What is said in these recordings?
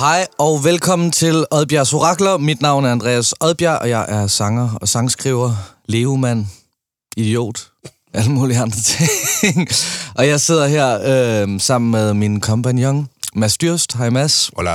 Hej og velkommen til Oddbjergs Orakler. Mit navn er Andreas Oddbjerg, og jeg er sanger og sangskriver, levemand, idiot, alle mulige andre ting. Og jeg sidder her sammen med min kompagnon, Mads Dyrst. Hej Mads. Hola.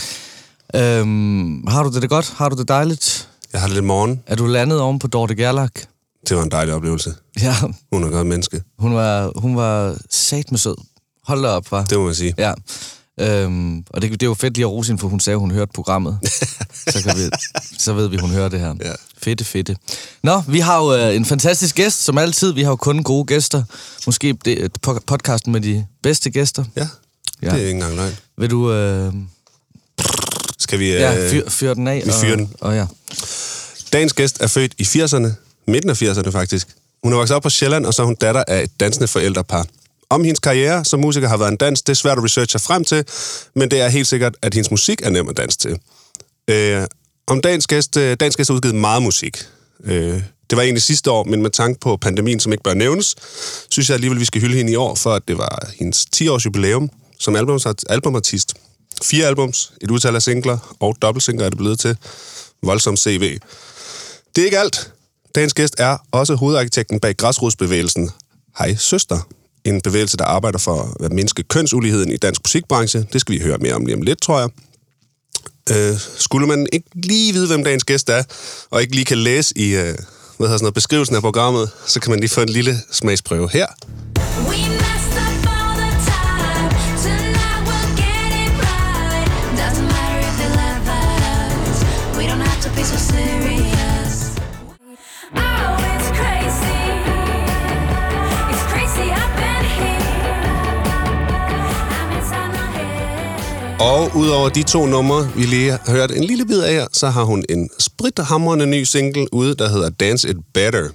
Har du det godt? Har du det dejligt? Jeg har det lidt morgen. Er du landet oven på Dorte Gerlach? Det var en dejlig oplevelse. Ja. Hun er et godt menneske. Hun var satme sød. Hold da op, hva'? Det må man sige. Ja. Og det er jo fedt lige at rose hende, for hun sagde, hun hørte programmet. så ved vi, hun hører det her. Ja. Fedte. Nå, vi har jo en fantastisk gæst, som altid. Vi har jo kun gode gæster. Måske podcasten med de bedste gæster. Ja, det er ikke engang løgn. Vil du... Skal vi... fyre den af? Vi fyrer den. Og ja. Dagens gæst er født i 80'erne. Midten af 80'erne, faktisk. Hun er vokset op på Sjælland, og så er hun datter af et dansende forældrepar. Om hendes karriere som musiker har været en dans, det er svært at researche frem til, men det er helt sikkert, at hendes musik er nem at danse til. Om dagens gæst har udgivet meget musik. Det var egentlig sidste år, men med tanke på pandemien, som ikke bør nævnes, synes jeg alligevel, vi skal hylde hende i år, for at det var hendes 10-års jubilæum som albumartist. 4 albums, et utal af singler og dobbeltsingler er det blevet til. Voldsom CV. Det er ikke alt. Dagens gæst er også hovedarkitekten bag græsrodsbevægelsen Hej Søster. En bevægelse, der arbejder for at mindske kønsuligheden i dansk musikbranche. Det skal vi høre mere om lige om lidt, tror jeg. Skulle man ikke lige vide, hvem dagens gæst er, og ikke lige kan læse i beskrivelsen af programmet, så kan man lige få en lille smagsprøve her. Og udover de 2 numre, vi lige har hørt en lille bid af her, så har hun en sprithamrende ny single ude, der hedder Dance It Better.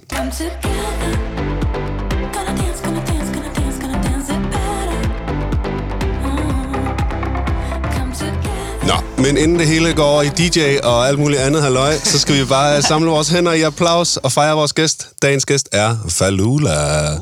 Nå, men inden det hele går over i DJ og alt muligt andet halløj, så skal vi bare samle vores hænder i applaus og fejre vores gæst. Dagens gæst er Fallulah. Yeah!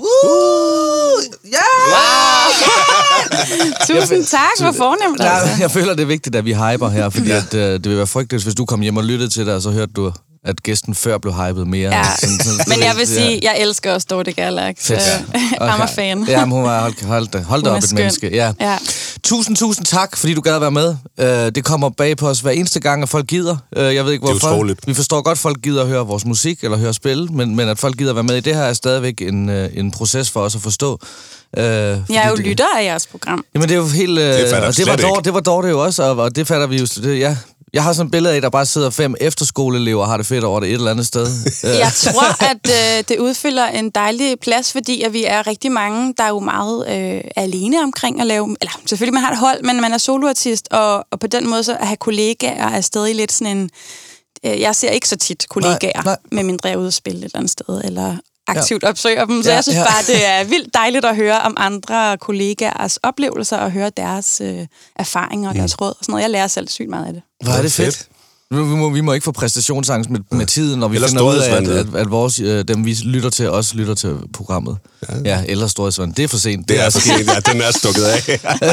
Tusind tak, hvor fornemt. Jeg føler, det er vigtigt, at vi hyper her, fordi at, det vil være frygteligt, hvis du kom hjem og lyttede til det, og så hørte du, at gæsten før blev hypet mere. Ja. Men jeg vil sige, jeg elsker også Dorte Gerlach. I'm a fan. Ja, men hun var holdt op et menneske. Ja. Tusind tak, fordi du gad at være med. Det kommer bag på os hver eneste gang, at folk gider. Jeg ved ikke, hvorfor. Det er utroligt. Vi forstår godt, at folk gider at høre vores musik, eller høre spil, men at folk gider at være med i det her, er stadigvæk en proces for os at forstå. Jeg er jo lytter af jeres program. Jamen det er jo helt... det var Dorte jo også, og det fatter vi jo... Ja. Jeg har sådan et billede af, der bare sidder 5 efterskoleelever og har det fedt over det et eller andet sted. Jeg tror, at det udfylder en dejlig plads, fordi at vi er rigtig mange, der er jo meget alene omkring at lave... Eller selvfølgelig, man har et hold, men man er soloartist, og på den måde så at have kollegaer er stadig lidt sådan en... Jeg ser ikke så tit kollegaer, med mindre jeg er ude at spille et eller andet sted, eller aktivt opsøger dem. Så jeg synes bare, det er vildt dejligt at høre om andre kollegaers oplevelser, og høre deres erfaringer og deres råd og sådan noget. Jeg lærer selv sygt meget af det. Hvor er det fedt. Vi må ikke få præstationsangst med tiden, når vi finder ud af, at vores, dem vi lytter til, også lytter til programmet. Ja, eller storhedsvand. Det er for sent. Det er for sent, ja. Den er stukket af.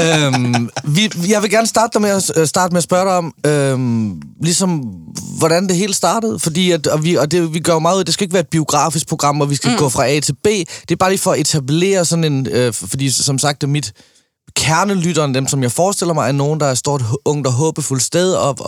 Jeg vil gerne starte med at spørge dig om, ligesom, hvordan det hele startede. Fordi, vi gør jo meget ud, det skal ikke være et biografisk program, hvor vi skal gå fra A til B. Det er bare lige for at etablere sådan en... fordi, som sagt, det er mit... Kernelytteren, dem som jeg forestiller mig, er nogen, der er stort ungt og håbefuldt sted op,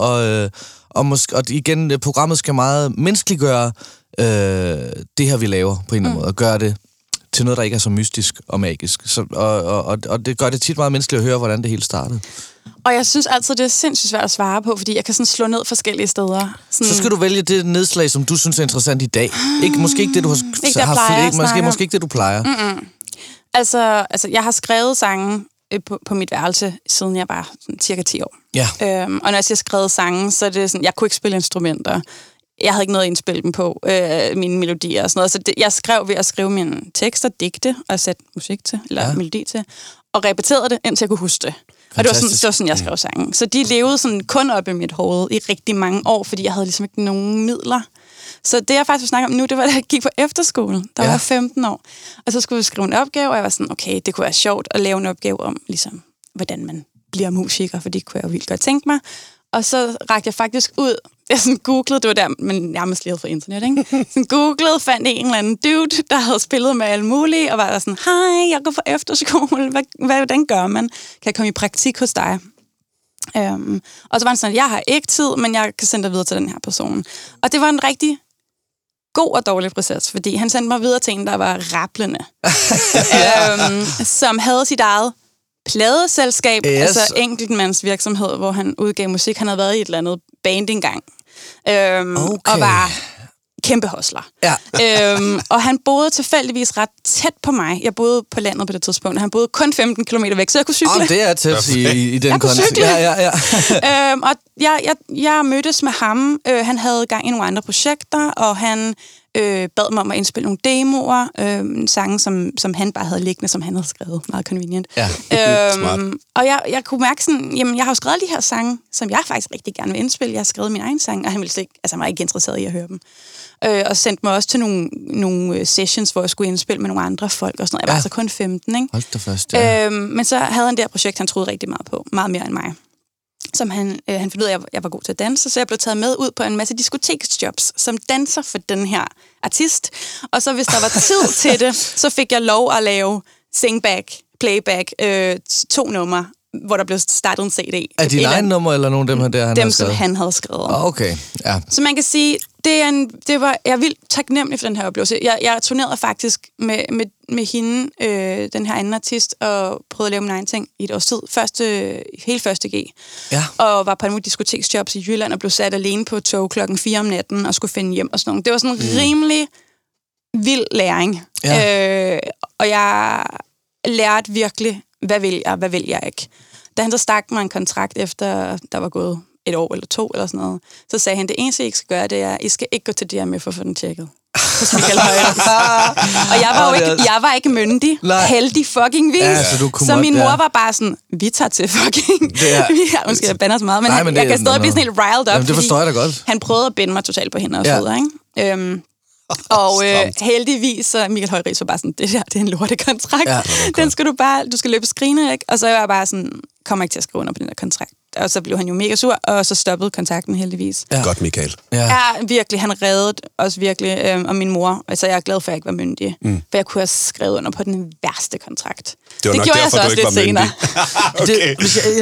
og igen, programmet skal meget menneskeliggøre det her, vi laver på en eller anden måde, og gøre det til noget, der ikke er så mystisk og magisk. Så, og det gør det tit meget menneskeligt at høre, hvordan det hele startede. Og jeg synes altid, det er sindssygt svært at svare på, fordi jeg kan sådan slå ned forskellige steder. Sådan... Så skal du vælge det nedslag, som du synes er interessant i dag. Måske ikke det, du har måske ikke det, du plejer. Altså, jeg har skrevet sange på mit værelse, siden jeg var sådan, cirka 10 år. Ja. Og når jeg siger skrevet sange, så er det sådan, jeg kunne ikke spille instrumenter. Jeg havde ikke noget at indspille dem på, mine melodier og sådan noget. Så jeg skrev ved at skrive mine tekster, digte, og sætte musik til, eller melodi til, og repeterede det, indtil jeg kunne huske det. Og det var sådan, jeg skrev sangen. Så de levede sådan kun op i mit hoved i rigtig mange år, fordi jeg havde ligesom ikke nogen midler. Så det, jeg faktisk vil snakke om nu, det var, da jeg gik på efterskole. Der var jeg 15 år. Og så skulle vi skrive en opgave, og jeg var sådan, okay, det kunne være sjovt at lave en opgave om, ligesom, hvordan man bliver musiker, for det kunne jeg jo vildt godt tænke mig. Og så rakte jeg faktisk ud, jeg sådan googlede, det var der, men nærmest lige fra internet, ikke? Sådan googlede, fandt en eller anden dude, der havde spillet med alle mulige, og var der sådan, hej, jeg går på efterskole, hvordan gør man? Kan jeg komme i praktik hos dig? Og så var han sådan, jeg har ikke tid, men jeg kan sende dig videre til den her person. Og det var en rigtig god og dårlig proces, fordi han sendte mig videre til en, der var rablende, som havde sit eget pladeselskab, altså enkeltmandsvirksomhed, hvor han udgav musik. Han havde været i et eller andet band engang, og var kæmpe hostler. Ja. Og han boede tilfældigvis ret tæt på mig. Jeg boede på landet på det tidspunkt, og han boede kun 15 kilometer væk, så jeg kunne cykle. Det er tæt i den kontekst. Og jeg mødtes med ham. Han havde gang i nogle andre projekter, og han bad mig om at indspille nogle demoer, sange, som han bare havde liggende, som han havde skrevet. Meget convenient. Ja. Og jeg kunne mærke sådan, jamen, jeg har jo skrevet de her sange, som jeg faktisk rigtig gerne vil indspille. Jeg har skrevet min egen sang, og han ville ikke, altså, han var ikke interesseret i at høre dem. Og sendte mig også til nogle sessions, hvor jeg skulle indspille med nogle andre folk og sådan noget. Jeg var altså kun 15, ikke? Hold da fast, ja. Men så havde han det her projekt, han troede rigtig meget på. Meget mere end mig. Som han fandt ud af, at jeg var god til at danse, så jeg blev taget med ud på en masse diskoteksjobs som danser for den her artist. Og så hvis der var tid til det, så fik jeg lov at lave singback, playback, 2 numre, hvor der blev startet en CD. Er dine egne numre, eller nogle af dem her, der han dem, havde skrevet? Dem, som han havde skrevet. Okay, ja. Så man kan sige, jeg er vildt taknemmelig for den her oplevelse. Jeg turnerede faktisk med hende, den her anden artist, og prøvede at lave min egen ting i et års tid. Hele første G. Ja. Og var på nogle diskoteksjobs i Jylland, og blev sat alene på tog 4:00 om natten, og skulle finde hjem og sådan noget. Det var sådan en rimelig vild læring. Ja. Og jeg lærte virkelig, hvad vil jeg ikke. Da han så stak mig en kontrakt efter, der var gået 1 år eller 2 eller sådan noget, så sagde han, det eneste, I ikke skal gøre, det er, I skal ikke gå til DMF for at få den tjekket. Hos Michael Højrys. Og jeg var ikke myndig. Heldig fucking vis. Ja, så min mor var bare sådan, vi tager til fucking. Måske jeg bander så meget, men jeg kan stadig blive sådan helt riled up. Jamen, det forstår jeg da godt. Han prøvede at binde mig totalt på hænder og fødder, ikke? Og heldigvis, så Michael Højrys var bare sådan, det er en lortekontrakt. Ja, den skal du skal løbe skrine, ikke? Og så var jeg bare sådan, kommer ikke til at skrive under på den der kontrakt. Og så blev han jo mega sur, og så stoppede kontakten heldigvis. Ja. Godt, Michael. Ja, virkelig. Han reddede os virkelig. Og min mor, altså jeg er glad for, at jeg ikke var myndig. For jeg kunne have skrevet under på den værste kontrakt. Det gjorde derfor, jeg så også lidt senere. Okay.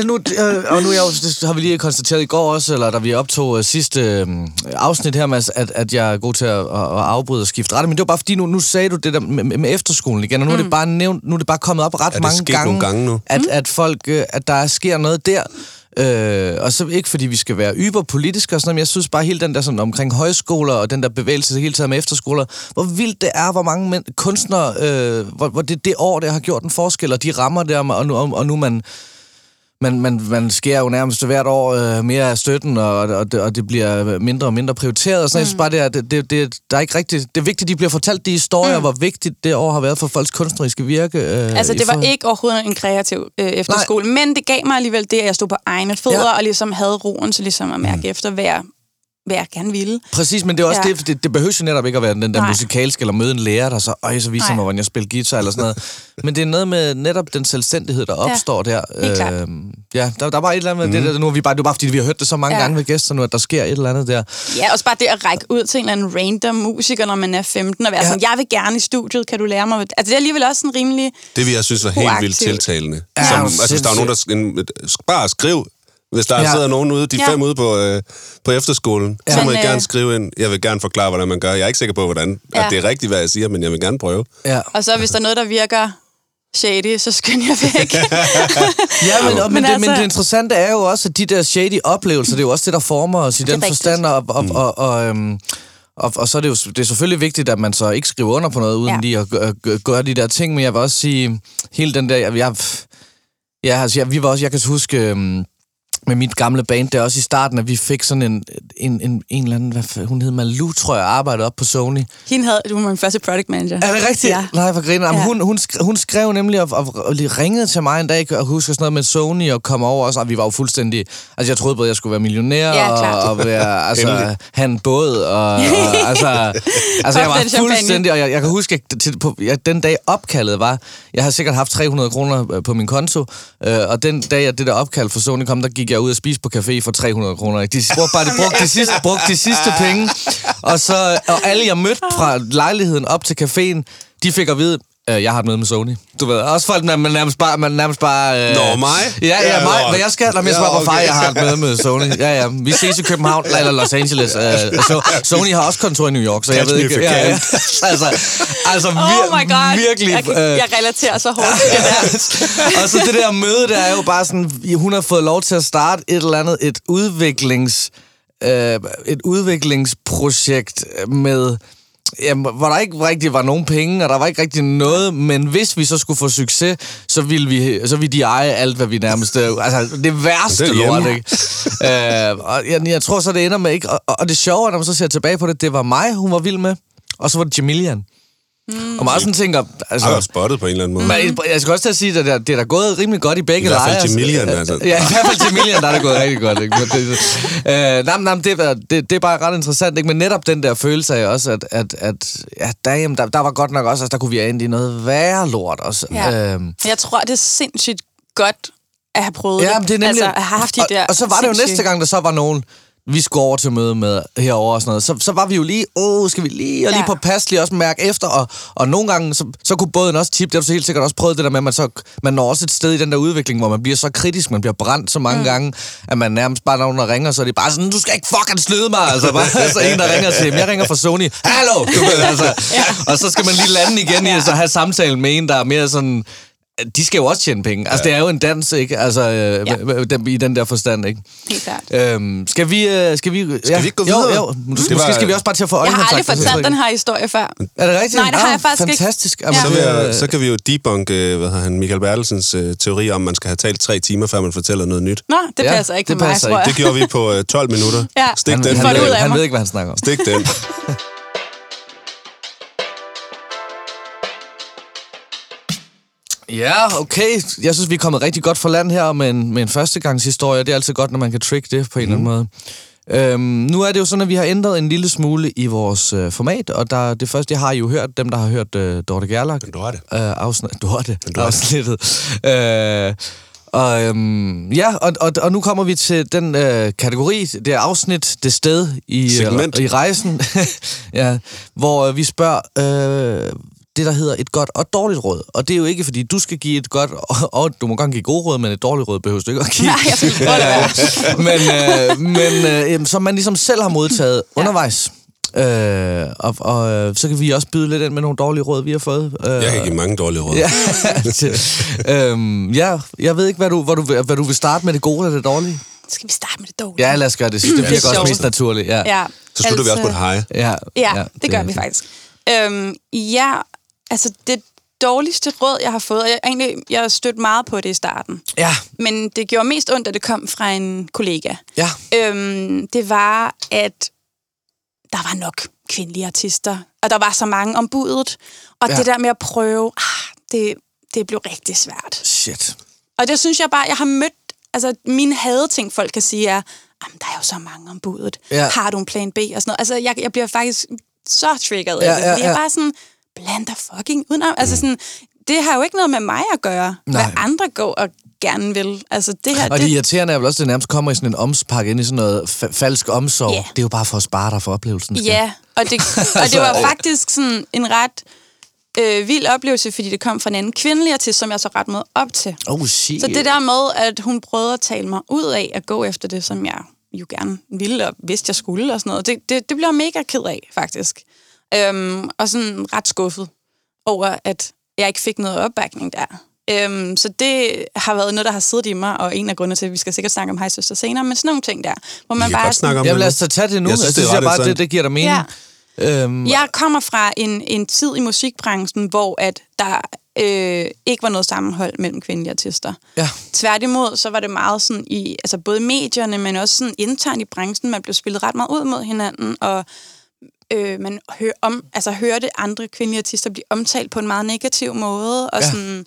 Det har vi lige konstateret i går også, eller da vi optog sidste afsnit her, Mads, at jeg er god til at afbryde og skifte rette. Men det var bare fordi, nu sagde du det der med efterskolen igen, og nu er det bare nævnt, nu er det bare kommet op ret mange gange nu? At folk, at der sker noget der. Og så ikke fordi vi skal være yberpolitiske og sådan noget, men jeg synes bare hele den der sådan omkring højskoler og den der bevægelse hele tiden med efterskoler, hvor vildt det er, hvor mange kunstnere, hvor det år der har gjort en forskel, og de rammer der, og nu man skærer jo nærmest hvert år mere af støtten, og det bliver mindre og mindre prioriteret. Og sådan, jeg synes bare, der er ikke rigtigt. Det er vigtigt, at de bliver fortalt de historier, hvor vigtigt det år har været for folks kunstneriske virke. Altså, det var ikke overhovedet en kreativ efterskole, men det gav mig alligevel det, at jeg stod på egne fødder, og ligesom havde roen til ligesom at mærke efter, hvad jeg gerne ville. Præcis, men det er også det behøver jo netop ikke at være den der musikalske, eller møde en lærer, der så viser mig, hvordan jeg spiller guitar, eller sådan noget. Men det er noget med netop den selvstændighed, der opstår der. Der var et eller andet med det der, nu er vi bare, det er bare fordi, vi har hørt det så mange gange med gæster nu, at der sker et eller andet der. Ja, også bare det at række ud til en eller anden random musiker, når man er 15, og være sådan, jeg vil gerne i studiet, kan du lære mig? Altså, det er alligevel også sådan rimelig det vil jeg synes var helt vildt tiltalende. Altså, hvis der er nogen, der bare skriv. Hvis der sidder nogen ude, de 5 ude på efterskolen, så må jeg gerne skrive ind. Jeg vil gerne forklare, hvordan man gør. Jeg er ikke sikker på, hvordan at det er rigtigt, hvad jeg siger, men jeg vil gerne prøve. Ja. Og så hvis der er noget, der virker shady, så skynd jeg væk. men det interessante er jo også, at de der shady oplevelser, det er jo også det, der former os i den forstand, og så er det er selvfølgelig vigtigt, at man så ikke skriver under på noget, uden lige at gøre de der ting, men jeg vil også sige, hele den der, jeg kan huske, med mit gamle band, det er også i starten, at vi fik sådan en eller anden, hun hed Malou, tror jeg, arbejdede op på Sony. Hun var min første product manager. Er det rigtigt? Ja. Nej, for griner. Ja. Hun skrev nemlig og ringede til mig en dag, og husker sådan noget med Sony og komme over, og vi var jo fuldstændig... Altså, jeg troede både, jeg skulle være millionær og være, altså, have en båd, og altså jeg var fuldstændig... Og jeg kan huske, at den dag opkaldet var... Jeg havde sikkert haft 300 kroner på min konto, og den dag, at det der opkald for Sony kom, der gik jeg ud og spiste på café for 300 kroner. De brugte de sidste penge, og alle, jeg mødte fra lejligheden op til caféen, de fik at vide, jeg har et møde med Sony. Du ved, også folk, man nærmest bare... Nå, mig? Ja, mig. Hvad jeg skal, når jeg svarer på far, jeg har et møde med Sony. Ja. Vi ses i København, eller Los Angeles. Sony har også kontor i New York, så jeg ved ikke... Altså, oh my God. Virkelig... Jeg relaterer så hårdt til det der. Og så det der møde, der er jo bare sådan... Hun har fået lov til at starte et eller andet, et udviklingsprojekt med... Jamen, hvor der ikke rigtig var nogen penge, og der var ikke rigtig noget, men hvis vi så skulle få succes, så ville de eje alt, hvad vi nærmest... Altså, det værste lort, ikke? Og jeg tror så, det ender med ikke... Og det sjove, når man så ser tilbage på det var mig, hun var vild med, og så var det Jamilian. Og man også sådan tænker... Altså, jeg har spottet på en eller anden måde. Jeg skal også til at sige, at det er da gået rimelig godt i begge lejre. I hvert fald Jamilian, altså. Ja, i hvert fald Jamilian, der er det gået rigtig godt. Ikke? Det er bare ret interessant, ikke? Men netop den der følelse af også, der var godt nok også, altså, der kunne vi have endt i noget værre lort også. Ja. Jeg tror, det er sindssygt godt at have prøvet det. Er nemlig, altså, at have haft de der... Og så var det jo næste gang, der så var nogen... Vi skulle over til møde med herovre og sådan noget. Så var vi jo lige, skal vi lige, og lige på passelig også mærke efter, og nogle gange, så kunne båden også tippe, det har du så helt sikkert også prøvet det der med, at man når også et sted i den der udvikling, hvor man bliver så kritisk, man bliver brændt så mange gange, at man nærmest bare, når nogen der ringer, så er det bare sådan, du skal ikke fucking snyde mig, altså bare altså, en, der ringer til ham, jeg ringer fra Sony, hallo, du ved, altså, og så skal man lige lande igen i så have samtalen med en, der er mere sådan, de skal jo også tjene penge. Altså, det er jo en dans, ikke? Altså, i den der forstand, ikke? Helt klart. Skal vi ikke gå videre? Jo. Måske skal vi også bare til at få øjenkontakt. Jeg har aldrig fortalt den her historie før. Er det rigtigt? Nej, det har jeg faktisk fantastisk. ikke. Så kan vi jo debunke, Michael Bertelsens teori om, man skal have talt 3 timer, før man fortæller noget nyt. Nå, det passer ikke med mig, tror jeg. Det gjorde vi på 12 minutter. Ja. Stik den. Han ved ikke, hvad han snakker om. Stik den. Ja, okay. Jeg synes, vi er kommet rigtig godt fra land her med en førstegangshistorie. Det er altid godt, når man kan trick det på en eller anden måde. Nu er det jo sådan, at vi har ændret en lille smule i vores format, og det første, jeg har jo hørt, dem, der har hørt Dorte Gerlach afsnittet. Og nu kommer vi til den kategori, det afsnit, det sted i rejsen, hvor vi spørger... det, der hedder et godt og dårligt råd. Og det er jo ikke, fordi du skal give et godt, og du må gerne give gode råd, men et dårligt råd behøver du ikke at give. Nej, jeg skal men som man ligesom selv har modtaget undervejs. Og så kan vi også byde lidt ind med nogle dårlige råd, vi har fået. Jeg kan give mange dårlige råd. Jeg ved ikke, hvad du vil starte med, det gode eller det dårlige? Skal vi starte med det dårlige? Ja, lad os gøre det. Det bliver også mest naturligt. Ja. Så slutter vi også på et hej. Ja, det gør vi faktisk. Altså det dårligste råd, jeg har fået, og jeg har stødt meget på det i starten. Ja. Men det gjorde mest ondt, at det kom fra en kollega. Ja. Det var, at der var nok kvindelige artister, og der var så mange om budet, og det der med at prøve, det blev rigtig svært. Shit. Og det synes jeg bare, jeg har mødt, altså mine hadeting, folk kan sige er, der er jo så mange om budet. Ja. Har du en plan B og sådan noget? Altså jeg bliver faktisk så triggeret af det, fordi jeg bare sådan, bland dig fucking udenom. Altså sådan, det har jo ikke noget med mig at gøre, hvad andre går og gerne vil. Altså det her... Og det irriterende er vel også, at det nærmest kommer i sådan en omspakke ind i sådan noget falsk omsorg. Yeah. Det er jo bare for at spare dig for oplevelsen. Ja, og det var faktisk sådan en ret vild oplevelse, fordi det kom fra en anden kvindelig artist, som jeg så ret meget op til. Oh, shit. Så det der med, at hun prøvede at tale mig ud af at gå efter det, som jeg jo gerne ville, og vidste, jeg skulle, og sådan noget, det blev jeg mega ked af, faktisk. Og sådan ret skuffet over, at jeg ikke fik noget opbakning der. Så det har været noget, der har siddet i mig, og en af grundene til, at vi skal sikkert snakke om hejsøster senere, men sådan nogle ting der, hvor man bare... Jeg vil altså tage det nu. Jeg synes bare, det giver dig mening. Ja. Jeg kommer fra en tid i musikbranchen, hvor at der ikke var noget sammenhold mellem kvindelige artister. Ja. Tværtimod, så var det meget sådan i, altså både medierne, men også sådan internt i branchen, man blev spillet ret meget ud mod hinanden, og man hørte andre kvindelige artister blive omtalt på en meget negativ måde, og sådan,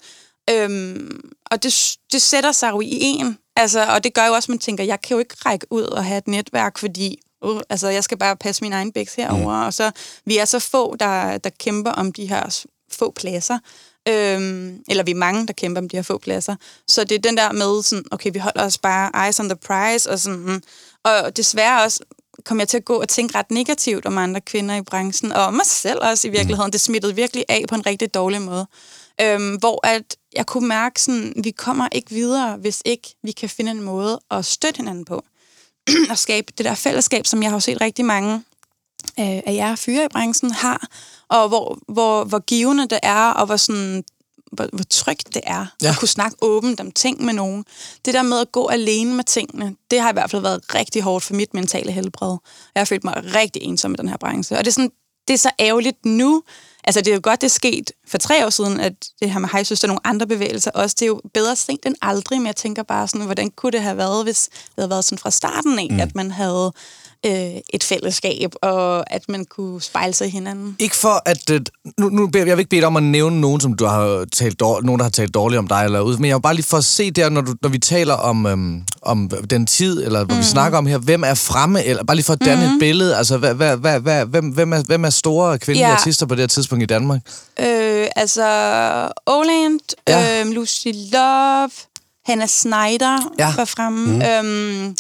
og det sætter sig jo i en, altså, og det gør jo også, at man tænker, jeg kan jo ikke række ud og have et netværk, fordi altså, jeg skal bare passe min egen bæks herover, og så vi er så få, der kæmper om de her få pladser, eller vi er mange, der kæmper om de her få pladser, så det er den der med sådan, okay, vi holder os bare eyes on the prize, og sådan, og desværre også kom jeg til at gå og tænke ret negativt om andre kvinder i branchen, og om mig selv også i virkeligheden. Det smittede virkelig af på en rigtig dårlig måde. Hvor at jeg kunne mærke, sådan, vi kommer ikke videre, hvis ikke vi kan finde en måde at støtte hinanden på. Og skabe det der fællesskab, som jeg har set rigtig mange af jer fyre i branchen har, og hvor givende det er, og hvor trygt det er at kunne snakke åbent om ting med nogen. Det der med at gå alene med tingene, det har i hvert fald været rigtig hårdt for mit mentale helbred. Jeg har følt mig rigtig ensom i den her branche. Og det er så ærgerligt nu. Altså, det er jo godt, det er sket for 3 år siden, at det her med hejsøster og nogle andre bevægelser også. Det er jo bedre sent end aldrig, men jeg tænker bare sådan, hvordan kunne det have været, hvis det havde været sådan fra starten af, at man havde et fællesskab, og at man kunne spejle sig i hinanden. Ikke for at... Nu jeg vil ikke bede dig om at nævne nogen, som du har talt nogen, der har talt dårligt om dig, eller ud, men jeg vil bare lige for at se der, når vi taler om den tid, eller hvad vi snakker om her, hvem er fremme, eller bare lige for at danne et billede, altså hvem er store kvindelige artister på det her tidspunkt i Danmark? Altså Oland, Lucy Love, Hannah Snyder var fremme.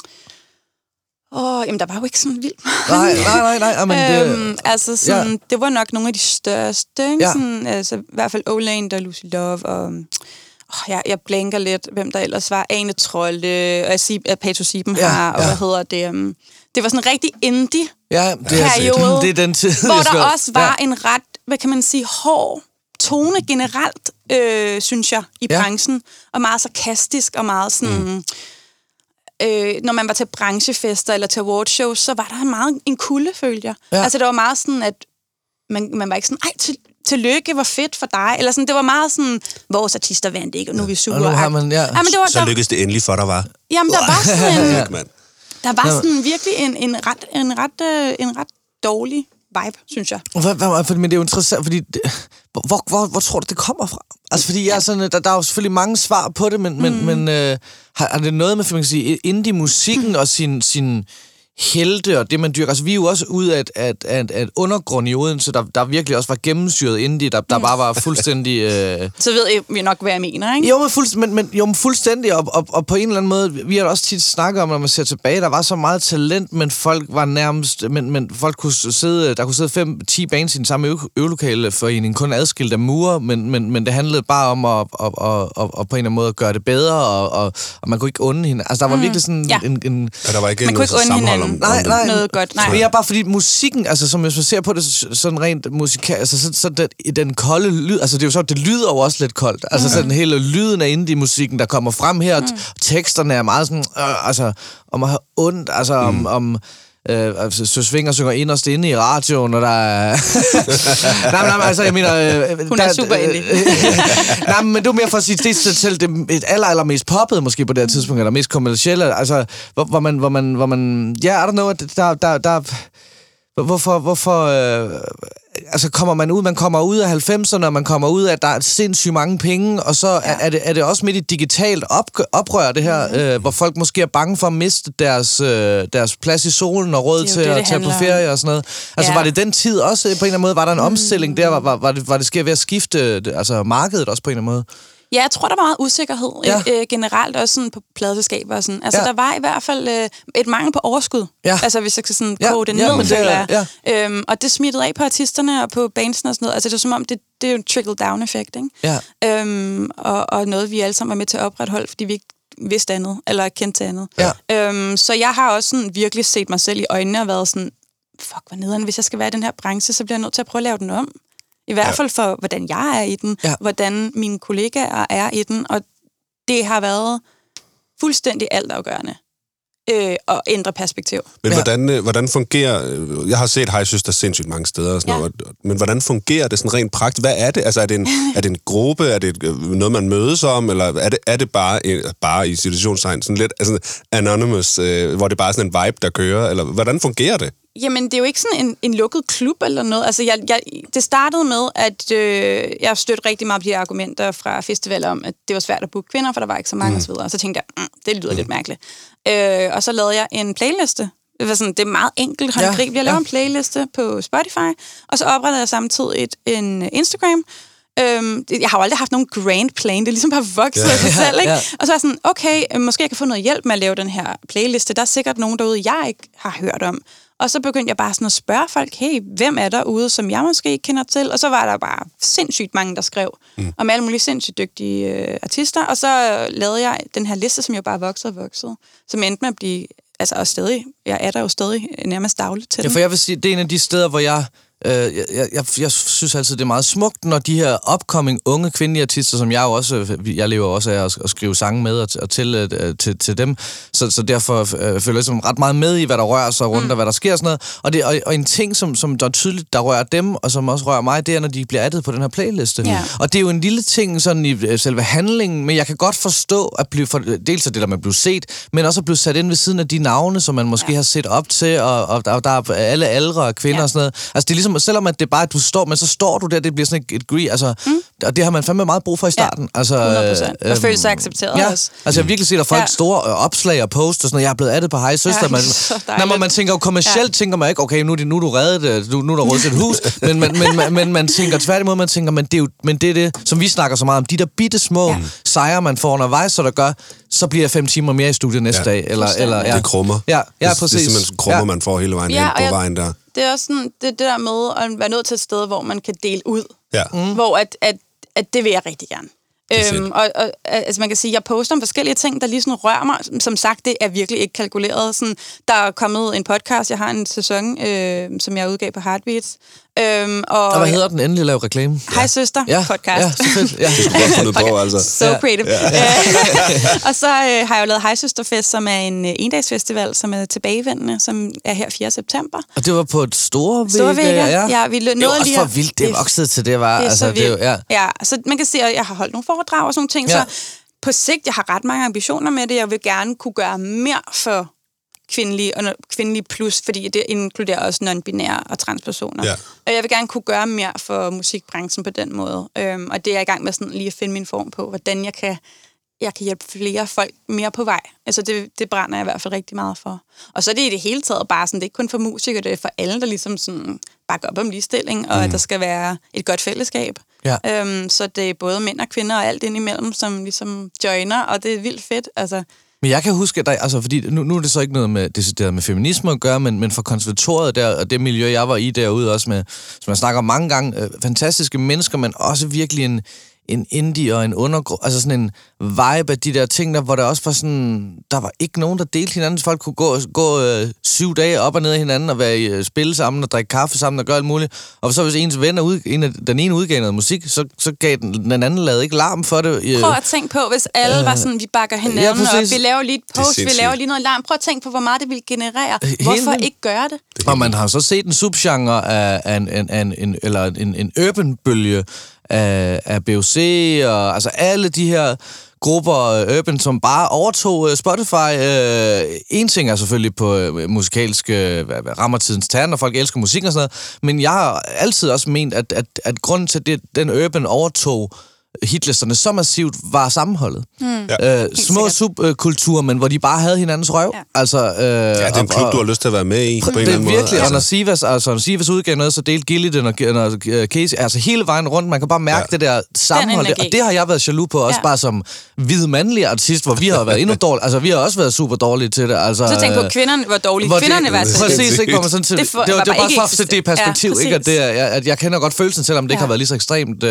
Jamen, der var jo ikke sådan vildt. Nej. Men altså, sådan, det var nok nogle af de største, ikke? Sådan, altså, i hvert fald Oland og Lucy Love, og jeg blanker lidt, hvem der ellers var. Ane Trolle, og Pato Sieben har, og hvad hedder det? Det var sådan en rigtig indie-periode, det er den tid, hvor der også var en ret, hvad kan man sige, hård tone generelt, synes jeg, i branchen, og meget sarkastisk, og meget sådan... når man var til branchefester eller til awardshows, så var der meget en kulde, følte jeg. Ja. Altså, det var meget sådan, at man var ikke sådan, tillykke, hvor fedt for dig. Eller sådan, det var meget sådan, vores artister vandt ikke, og nu er vi sure. Så lykkedes det endelig for, der var. Jamen, der var sådan der var sådan virkelig en ret dårlig vibe, synes jeg. Men det er jo interessant, fordi... Hvor tror du, det kommer fra? Altså, fordi jeg er sådan, der er jo selvfølgelig mange svar på det, men har det noget med, for man kan sige, indie-musikken og sin helte og det, man dyrker? Altså, vi er jo også ud af et undergrund i Odense, der virkelig også var gennemsyret indie, der bare var fuldstændig... Så ved I nok, hvad jeg mener, ikke? Jo, fuldstændig, og på en eller anden måde, vi har også tit snakket om, når man ser tilbage, der var så meget talent, men folk var nærmest... Men folk kunne sidde... Der kunne sidde 5-10 bands i den samme øvelokale forening, kun adskilt af mure, men det handlede bare om at på en eller anden måde at gøre det bedre, og man kunne ikke unde hende. Altså, der var virkelig sådan en... der var ikke man noget sammenhold om Nej. Noget godt. Nej. Men jeg bare fordi musikken, altså som hvis man ser på det sådan rent musikalt, altså så den kolde lyd, altså det er jo så, det lyder jo også lidt koldt. Altså sådan hele lyden af indie-musikken, der kommer frem her, og teksterne er meget sådan, altså om at have ondt, altså om Søsvinger synger inderst inde i radioen, og der er... nej, altså, jeg mener... Hun er super indie. Nej, men det er mere for at sige, det er selv det allermest poppet, måske på det her tidspunkt, eller mest kommercielle, altså, hvor man... Ja, er der noget, der hvorfor altså man kommer ud af 90'erne, og man kommer ud af, at der er sindssygt mange penge, og så er det også midt i et digitalt oprør, det her, hvor folk måske er bange for at miste deres plads i solen og råd til at tage på ferie og sådan noget. Altså var det den tid også, på en eller anden måde, var der en omstilling der, var det sker ved at skifte altså markedet også på en eller anden måde? Ja, jeg tror, der var meget usikkerhed generelt, også sådan på pladeselskaber og sådan. Altså, der var i hvert fald et mangel på overskud. Ja. Altså, hvis jeg skal sådan koge det ned. Og det smittede af på artisterne og på bandsene og sådan noget. Altså, det er som om, det er jo en trickle-down-effekt, ikke? Ja. Og noget, vi alle sammen var med til at opretholde, fordi vi ikke vidste andet, eller kendte til andet. Ja. Så jeg har også sådan virkelig set mig selv i øjnene og været sådan, fuck, hvor nederen, hvis jeg skal være i den her branche, så bliver jeg nødt til at prøve at lave den om. I hvert fald for, hvordan jeg er i den, hvordan mine kollegaer er i den, og det har været fuldstændig altafgørende, at ændre perspektiv. Men hvordan fungerer... Jeg har set Hej Søster sindssygt mange steder og sådan noget, men hvordan fungerer det sådan rent praktisk? Hvad er det? Altså, er det en gruppe? Er det noget, man mødes om? Eller er det bare i situationstegn sådan lidt altså anonymous, hvor det bare er sådan en vibe, der kører? Eller hvordan fungerer det? Jamen, det er jo ikke sådan en lukket klub eller noget. Altså, det startede med, at jeg stødte rigtig meget på de argumenter fra festivaler om, at det var svært at booke kvinder, for der var ikke så mange osv. Og så tænkte jeg, det lyder lidt mærkeligt. Og så lavede jeg en playliste. Det er meget enkelt håndgribeligt. Jeg lavede en playliste på Spotify, og så oprettede jeg samtidig en Instagram. Jeg har jo aldrig haft nogen grand plan. Det er ligesom bare vokset af sig selv, ikke? Ja. Og så er jeg sådan, okay, måske jeg kan få noget hjælp med at lave den her playliste. Der er sikkert nogen derude, jeg ikke har hørt om. Og så begyndte jeg bare sådan at spørge folk, hey, hvem er derude, som jeg måske ikke kender til? Og så var der bare sindssygt mange, der skrev om alle mulige sindssygt dygtige artister. Og så lavede jeg den her liste, som jo bare voksede, som endte med at blive, altså og stadig, jeg er der jo stadig nærmest dagligt til den. Ja, for jeg vil sige, det er en af de steder, hvor jeg synes altid, det er meget smukt, når de her upcoming unge kvindelige artister, som jeg lever også af at skrive sange med og til dem, så derfor føler jeg som ret meget med i, hvad der rører sig rundt og hvad der sker og sådan noget. Og en ting, som der er tydeligt, der rører dem, og som også rører mig, det er, når de bliver addet på den her playliste. Ja. Og det er jo en lille ting sådan i selve handlingen, men jeg kan godt forstå, at dels at det der med at blive set, men også at blive sat ind ved siden af de navne, som man måske har set op til, og der er alle aldre og kvinder og sådan noget. Altså det er ligesom, selvom at det er bare, at du står, men så står du der, det bliver sådan et gree, altså, og det har man fandme meget brug for i starten. Ja, 100%. Altså, og føle sig accepteret også. Altså jeg har virkelig set, at folk store opslag og post og sådan noget, jeg er blevet addet på Hej Søster. Man tænker jo kommercielt, tænker man ikke, okay, nu er du reddet, nu er der råd til et hus, men man tænker tværtimod, men det er det, som vi snakker så meget om, de der bitte små sejre, man får undervejs, så der gør, så bliver jeg 5 timer mere i studiet næste dag. Eller det krummer. Ja, præcis. Det er simpelthen krummer, man får hele vejen hen på vejen der. Det er også sådan, det der med at være nødt til et sted, hvor man kan dele ud. Ja. Hvor at det vil jeg rigtig gerne. Altså man kan sige, jeg poster om forskellige ting, der lige sådan rører mig. Som sagt, det er virkelig ikke kalkuleret. Sådan, der er kommet en podcast, jeg har en sæson, som jeg udgav på Heartbeats. Og hvad hedder den? Endelig lave reklame. Hej Søster podcast. Ja, selvfølgelig. Ja. Det skulle godt fundet på, altså. So creative. Og så har jeg jo lavet Hej Søsterfest, som er en endagsfestival, som er tilbagevendende, som er her 4. september. Og det var på et store Vega. Ja, vi nåede det var også for vildt, det voksede til det var. Det er altså, så vildt. Ja, så man kan sige, at jeg har holdt nogle foredrag og sådan nogle ting, så på sigt, jeg har ret mange ambitioner med det. Jeg vil gerne kunne gøre mere for kvindelige plus, fordi det inkluderer også non-binære og transpersoner. Ja. Og jeg vil gerne kunne gøre mere for musikbranchen på den måde. Og det er jeg i gang med sådan lige at finde min form på, hvordan jeg kan hjælpe flere folk mere på vej. Altså det brænder jeg i hvert fald rigtig meget for. Og så er det i det hele taget bare sådan, det er ikke kun for musikere, det er for alle, der ligesom sådan bakker op om ligestilling, og at der skal være et godt fællesskab. Ja. Så det er både mænd og kvinder og alt indimellem, som ligesom joiner, og det er vildt fedt. Altså, men jeg kan huske, at fordi nu er det så ikke noget med feminisme at gøre, men for konservatoriet der, og det miljø, jeg var i derude også med, som jeg snakker om mange gange, fantastiske mennesker, men også virkelig en indie og en undergrund, altså sådan en vibe af de der ting, der, hvor der også var sådan, der var ikke nogen, der delte hinanden, så folk kunne gå 7 dage op og ned af hinanden og være i spille sammen og drikke kaffe sammen og gøre alt muligt. Og så hvis ens ven den ene udgav noget musik, så gav den anden lavede ikke larm for det. Prøv at tænke på, hvis alle var sådan, vi bakker hinanden, og vi laver lige et post, vi laver lige noget larm. Prøv at tænke på, hvor meget det ville generere. Hvorfor ikke gøre det? Og man har så set en subgenre af en urban-bølge af BOC, og altså alle de her grupper urban, som bare overtog Spotify. En ting er selvfølgelig på musikalske rammer tidens tern, og folk elsker musik og sådan noget, men jeg har altid også ment, at grunden til, at den urban overtog hitlisterne så massivt var sammenholdet. Små subkulturer, men hvor de bare havde hinandens røv. Ja. Altså, det er en klub, du har lyst til at være med i, på en eller anden måde. Virkelig, og når Sivas udgav noget, så delte Gilly den, og Casey, altså hele vejen rundt, man kan bare mærke det der sammenhold, og det har jeg været jaloux på, også bare som hvid mandlig artist, hvor vi har været endnu dårlige, altså vi har også været super dårlige til det. Altså, så tænk på, kvinderne var dårlige. Kvinderne var til præcis, ikke, hvor man sådan til, det var bare for at sætte det i perspektiv, ikke, at jeg kender godt følelsen, selvom det ikke har været lige så ekstremt.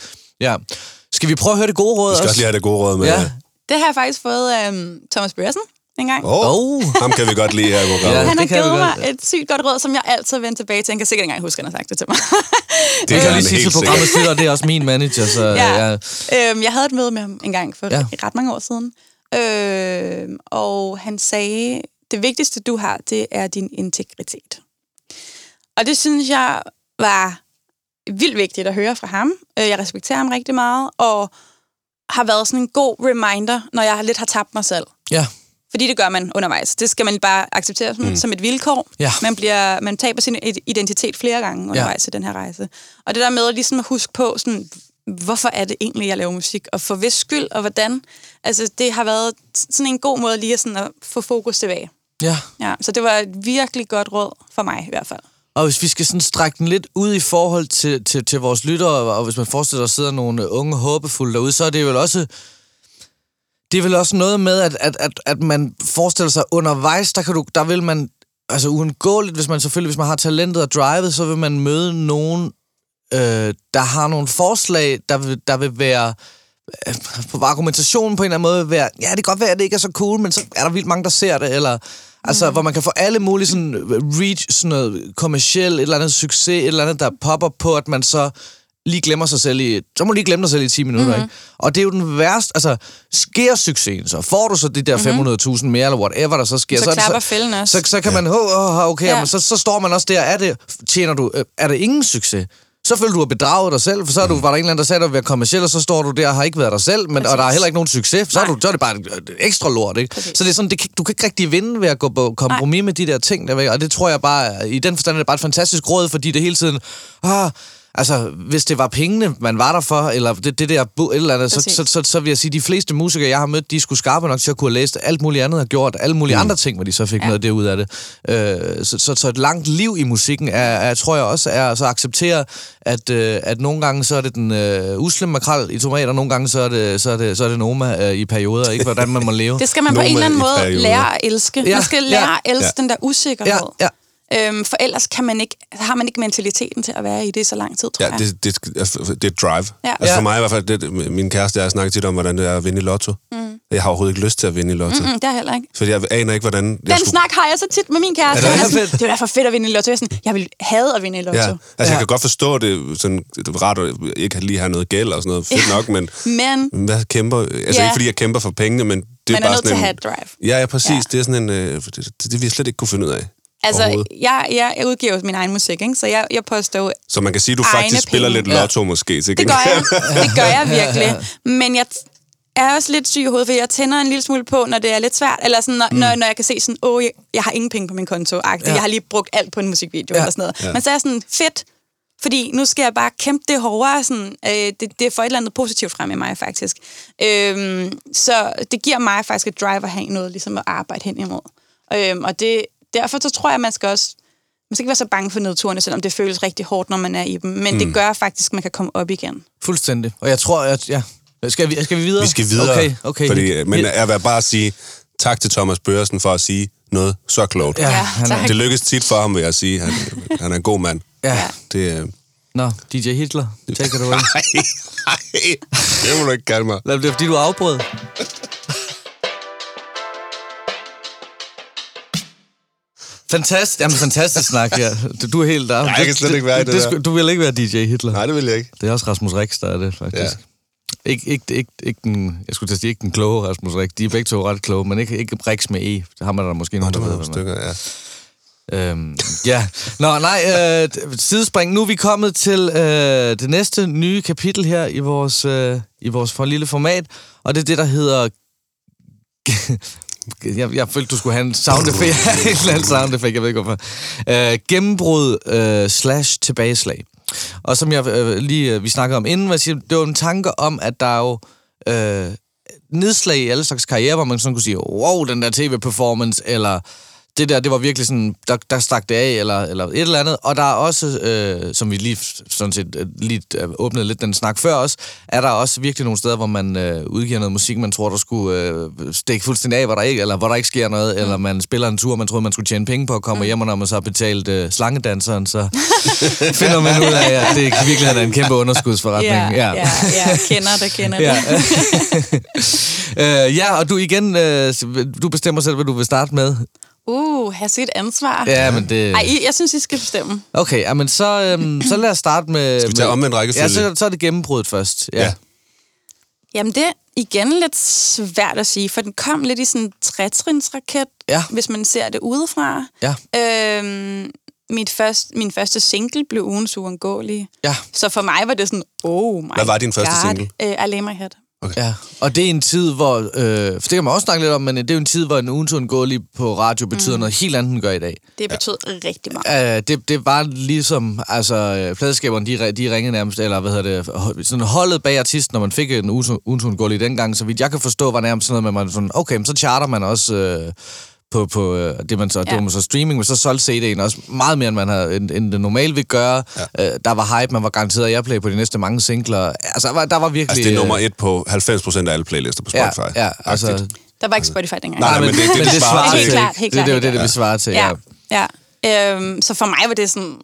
Skal vi prøve at høre det gode råd også? Vi skal også lige have det gode råd med. Ja. Det har jeg faktisk fået Thomas Bresson en gang. Ham kan vi godt lide her i programmet. Han har givet mig et sygt godt råd, som jeg altid vender tilbage til. Han kan sikkert engang huske, at han har sagt det til mig. Det kan jeg lige sige til programmet siden, og det er også min manager. Så, jeg havde et møde med ham en gang for ret mange år siden. Og han sagde det vigtigste, du har, det er din integritet. Og det synes jeg var vildt vigtigt at høre fra ham. Jeg respekterer ham rigtig meget, og har været sådan en god reminder, når jeg lidt har tabt mig selv. Ja. Fordi det gør man undervejs. Det skal man bare acceptere som et vilkår. Ja. Man taber sin identitet flere gange undervejs i den her rejse. Og det der med ligesom at huske på, sådan, hvorfor er det egentlig, jeg laver musik? Og for hvis skyld, og hvordan? Altså, det har været sådan en god måde lige sådan at få fokus tilbage. Ja. Ja, så det var et virkelig godt råd for mig i hvert fald. Og hvis vi skal sådan strække den lidt ud i forhold til vores lyttere, og hvis man forestiller sig, at der sidder nogle unge håbefulde derude, så er det vel også... Det er vel også noget med, at man forestiller sig undervejs, der vil man, altså uundgåeligt, hvis man har talentet og drivet, så vil man møde nogen, der har nogle forslag, der vil være, på argumentationen på en eller anden måde, vil være, ja, det kan godt være, at det ikke er så cool, men så er der vildt mange, der ser det, eller... Altså, hvor man kan få alle mulige sådan reach, sådan noget kommercielt, et eller andet succes, et eller andet, der popper på, at man så lige glemmer sig selv i... Så må du lige glemme dig selv i 10 minutter, ikke? Og det er jo den værste... Altså, sker succesen, så får du så de der 500.000 mere, eller whatever, der så sker. Så klapper fælden også. Så kan man... Okay, ja. Men så står man også der. Er det ingen succes? Så føler du har bedraget dig selv, for så var der en eller anden, der sagde, at du vil være kommerciel, og så står du der og har ikke været dig selv, og der er heller ikke nogen succes, så er det bare et ekstra lort, ikke? Præcis. Så det er sådan, du kan ikke rigtig vinde ved at gå på kompromis med de der ting, der, og det tror jeg bare, i den forstand er det bare et fantastisk råd, fordi det hele tiden, altså, hvis det var pengene, man var der for, eller det der et eller andet, så vil jeg sige, de fleste musikere, jeg har mødt, de skulle skarpe nok til at kunne have læst alt muligt andet og gjort alle mulige andre ting, hvor de så fik noget af det ud af det. Så et langt liv i musikken tror jeg også er så at acceptere, at nogle gange så er det den usle makrel i tomater, nogle gange så er det Noma i perioder, ikke hvordan man må leve. Det skal man på en eller anden måde lære at elske. Ja. Man skal lære at elske den der usikkerhed. Ja. For ellers har man ikke mentaliteten til at være i det så lang tid, tror jeg. Det er drive. Ja. Altså for mig i hvert fald, min kæreste og jeg snakker tit om, hvordan det er at vinde i lotto. Jeg har overhovedet ikke lyst til at vinde i lotto. Det er heller ikke. Fordi jeg aner ikke, hvordan... Snak har jeg så tit med min kæreste. Det er derfor fedt at vinde i lotto. Jeg vil hade at vinde i lotto. Ja. Altså jeg kan godt forstå det, sådan rart at ikke lige have noget gæld og sådan noget. Fedt nok, men hvad kæmper... Altså ikke fordi jeg kæmper for pengene, men det er bare sådan en... Man er nødt til at have et drive. Ja, præcis. Ja. Det er sådan en... Det vil jeg slet ikke kunne finde ud af. Altså, jeg udgiver min egen musik, ikke? Så jeg påstår jo... Så man kan sige, at du faktisk spiller lidt lotto måske. Det gør jeg virkelig. Men jeg er også lidt syg i hovedet, for jeg tænder en lille smule på, når det er lidt svært. Eller sådan, når jeg kan se sådan, jeg har ingen penge på min konto. Jeg har lige brugt alt på en musikvideo eller sådan noget. Ja. Men så er jeg sådan, fedt, fordi nu skal jeg bare kæmpe det hårdere. Sådan, det får et eller andet positivt frem i mig, faktisk. Så det giver mig faktisk et drive at have noget ligesom at arbejde hen imod. Og derfor så tror jeg, at man skal ikke være så bange for nedturene, selvom det føles rigtig hårdt, når man er i dem. Men det gør faktisk, at man kan komme op igen. Fuldstændig. Og jeg tror, at... Ja. Skal vi videre? Vi skal videre. Okay. Fordi, men jeg vil bare sige tak til Thomas Børresen for at sige noget så klogt. Ja, det lykkes tit for ham, vil jeg sige. Han er en god mand. Ja. Nå, DJ Hitler, take it away. Nej, det må du ikke kalde mig. Det er fordi, du afbrød. Fantastisk snak, ja. Du er helt der. Nej, jeg kan slet ikke være i det der. Du vil ikke være DJ Hitler. Nej, det vil jeg ikke. Det er også Rasmus Rix, der er det, faktisk. Ja. Ikke den, jeg skulle sige, ikke den kloge Rasmus Rix. De er begge to ret kloge, men ikke Rix med E. Det har man der måske nogen, der ved. Stykker, ja. Sidespring. Nu er vi kommet til det næste nye kapitel her i vores for lille format, og det er det, der hedder... Jeg følte, du skulle have en soundeffekt. En eller anden soundeffekt, jeg ved ikke hvorfor. Gennembrud / tilbageslag. Og som vi snakkede om inden, det var en tanke om, at der er jo nedslag i alle slags karriere, hvor man sådan kunne sige, wow, den der tv-performance, eller det der, det var virkelig sådan, der stak det af, eller et eller andet. Og der er også, som vi lige sådan set lige åbnede lidt den snak før også, er der også virkelig nogle steder, hvor man udgiver noget musik, man tror, der skulle stikke fuldstændig af, hvor der ikke sker noget, eller man spiller en tur, man troede, man skulle tjene penge på at komme hjem, og når man så har betalt slangedanseren, så finder man ud af, at det virkelig er en kæmpe underskudsforretning. Ja, kender det. Ja, og du igen, du bestemmer selv, hvad du vil starte med. Have sit ansvar. Ja, men det... Ej, jeg synes, I skal bestemme. Okay, men så lad os starte med... Skal vi tage omvendt rækkefølge? Ja, så er det gennembruddet først. Ja. Jamen, det er igen lidt svært at sige, for den kom lidt i sådan en 3-trinsraket, hvis man ser det udefra. Ja. Min første single blev Ugens Uundgåelige. Ja. Så for mig var det sådan, oh my god. Hvad var din første single? I Lay My Head. Okay. Ja, og det er en tid, hvor... for det kan man også snakke lidt om, men det er jo en tid, hvor en Ugens Uundgåelige på radio betyder noget helt andet, end gør i dag. Det betød rigtig meget. Det var ligesom... Altså, pladeskaberne, de ringede nærmest... Eller hvad hedder det? Sådan holdet bag artisten, når man fik en Ugens Uundgåelige dengang, så vidt jeg kan forstå, var nærmest sådan noget med, man sådan... Okay, men så charter man også... På det man så det var så streaming, men så solgte CD'en også meget mere, end det normalt vil gøre. Ja. Der var hype, man var garanteret Airplay på de næste mange singler. Altså, der var virkelig... Altså, det er nummer 1 på 90% af alle playlister på Spotify. Ja, altså... Der var ikke Spotify dengang. Nej, men det svarer til. Helt klart. Det er det, vi svarer til, ja. Så for mig var det sådan...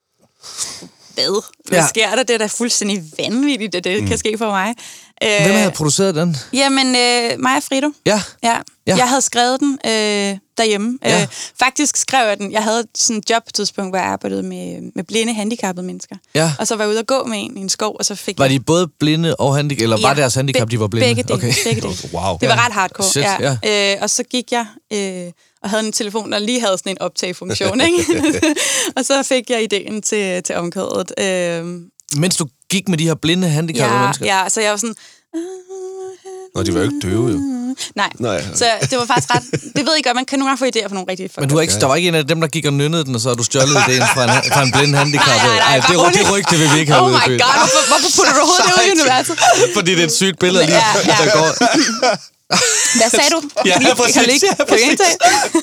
Hvad sker der? Det er da fuldstændig vanvittigt, at det kan ske for mig. Hvem havde produceret den? Jamen, mig og Frido. Ja. Jeg havde skrevet den derhjemme. Ja. Faktisk skrev jeg den. Jeg havde sådan et job på et tidspunkt, hvor jeg arbejdede med blinde, handicappede mennesker. Ja. Og så var jeg ude at gå med en i en skov, og så fik Var de både blinde og handicappede, eller var deres handicap, de var blinde? Begge dele. Wow. Det var ret hardcore. Shit, og så gik jeg... og havde en telefon, der lige havde sådan en optagefunktion, ikke? Og så fik jeg ideen til omkvædet. Mens du gik med de her blinde, handicappede mennesker? Ja, så jeg var sådan... Nå, de var jo ikke døve, jo. Nej. Så det var faktisk ret... Det ved jeg godt, man kan nogle gange få idéer for nogle rigtige folk. Men der var ikke en af dem, der gik og nynnede den, og så har du stjålet idéen fra en blinde handicappet? Nej, det rygte vil vi ikke have ud. Oh my god, hvorfor putter du overhovedet det ud i universet? Fordi det er et sygt billede lige, der går... Hvad sagde du? Ja, præcis. Kan du ikke indtage?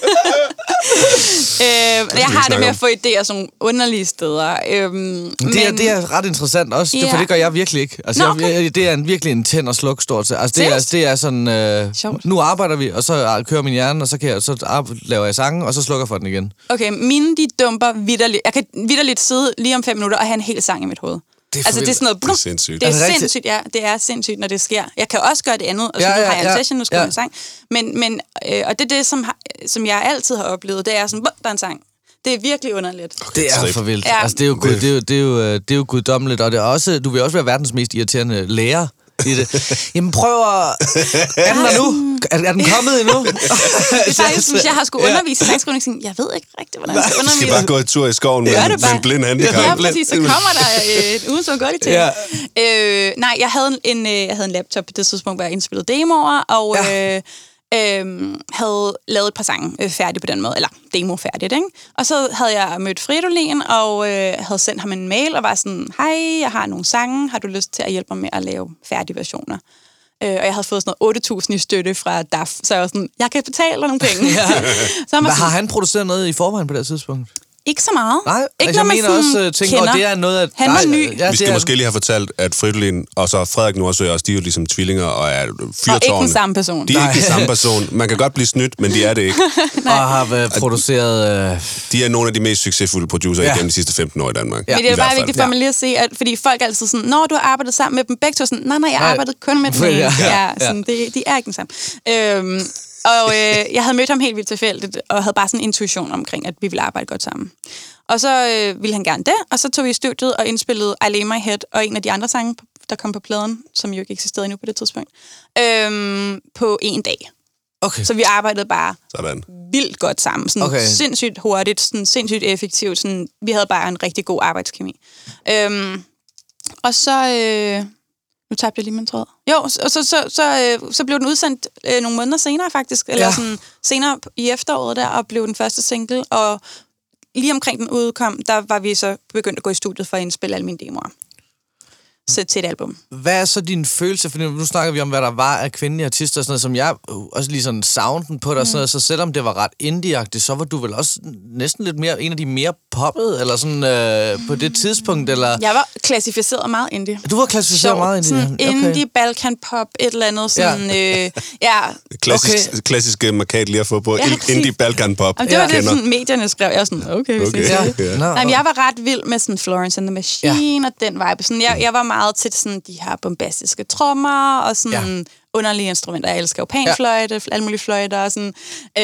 Jeg har det med at få idéer sådan underlige steder. Det er ret interessant også, for det gør jeg virkelig ikke. Altså, det er virkelig en tænd og sluk stort set. Altså, det er sådan, nu arbejder vi, og så kører min hjerne, og så laver jeg sange, og så slukker for den igen. Okay, mine de dumper vitterligt. Jeg kan vitterligt sidde lige om 5 minutter og have en hel sang i mit hoved. Det er sådan noget... Det er sindssygt. Det er sindssygt, ja. Det er sindssygt, når det sker. Jeg kan også gøre det andet, og så har jeg en session, nu skriver en sang. Men og det er det, som jeg altid har oplevet, det er sådan, der er en sang. Det er virkelig underligt. Okay, det er for vildt. Ja. Altså, det er jo guddommeligt, og det er også, du vil også være verdens mest irriterende lærer i det. Jamen prøv at... Er den der nu? Er den kommet endnu? Det er faktisk, hvis jeg har skulle undervise i sangskrivning, jeg ved ikke rigtigt, hvordan jeg skal undervise. Du skal bare gå en tur i skoven med en blind handicap. Ja, præcis. Så kommer der et Ugens Uundgåelige til. Ja. Nej, jeg havde en laptop på det tidspunkt, hvor jeg indspillede demoer, og... havde lavet et par sange færdige på den måde, eller demo færdigt, ikke? Og så havde jeg mødt Fridolin, og havde sendt ham en mail, og var sådan, hej, jeg har nogle sange, har du lyst til at hjælpe mig med at lave færdige versioner? Og jeg havde fået sådan noget 8.000 i støtte fra DAF, så jeg var sådan, jeg kan betale dig nogle penge. Så har han produceret noget i forvejen på det tidspunkt? Ikke så meget. Nej, ikke jeg mener også, tænker, det er noget af... Han var ny. Vi skal måske lige have fortalt, at Fridolin og så Frederik Nordsø også, de er jo ligesom tvillinger og er fyrtårne. Og ikke den samme person. De er ikke den samme person. Man kan godt blive snydt, men de er det ikke. Og har produceret... De er nogle af de mest succesfulde producer igennem de sidste 15 år i Danmark. Ja. Men det er bare vigtigt for mig lige at se, at fordi folk altid sådan, når du har arbejdet sammen med dem begge to, sådan, nej, jeg arbejdede kun med dem. Sådan, de er ikke den samme. Og jeg havde mødt ham helt vildt tilfældigt, og havde bare sådan en intuition omkring, at vi ville arbejde godt sammen. Og så ville han gerne det, og så tog vi i studiet og indspillede I Lay My Head, og en af de andre sange, der kom på pladen, som jo ikke eksisterede endnu på det tidspunkt, på en dag. Okay. Så vi arbejdede bare sådan vildt godt sammen. Sådan sindssygt hurtigt, sådan sindssygt effektivt. Sådan, vi havde bare en rigtig god arbejdskemi. Og så... Nu tabte jeg lige min tråd. Jo, og så blev den udsendt nogle måneder senere faktisk, eller sådan senere i efteråret der, og blev den første single, og lige omkring den udkom, der var vi så begyndt at gå i studiet for at indspille alle mine demoer til et album. Hvad er så din følelse? For nu snakker vi om, hvad der var af kvindelige artister og sådan noget, som jeg også lige sådan sounden på dig og sådan noget, så selvom det var ret indie-agtigt, så var du vel også næsten lidt mere en af de mere poppede, eller sådan på det tidspunkt, eller... Jeg var klassificeret meget indie. Du var klassificeret meget indie? Sådan indie, Balkan-pop, et eller andet sådan... Klassisk markat lige at få på. Indie, Balkan-pop. Det var det, sådan medierne skrev. Jeg var sådan, okay. Nej, jeg var ret vild med sådan Florence and the Machine og den vibe. Sådan, jeg var meget til sådan de her bombastiske trommer og sådan underlige instrumenter. Jeg elsker jo panfløjte, alle mulige fløjter og sådan.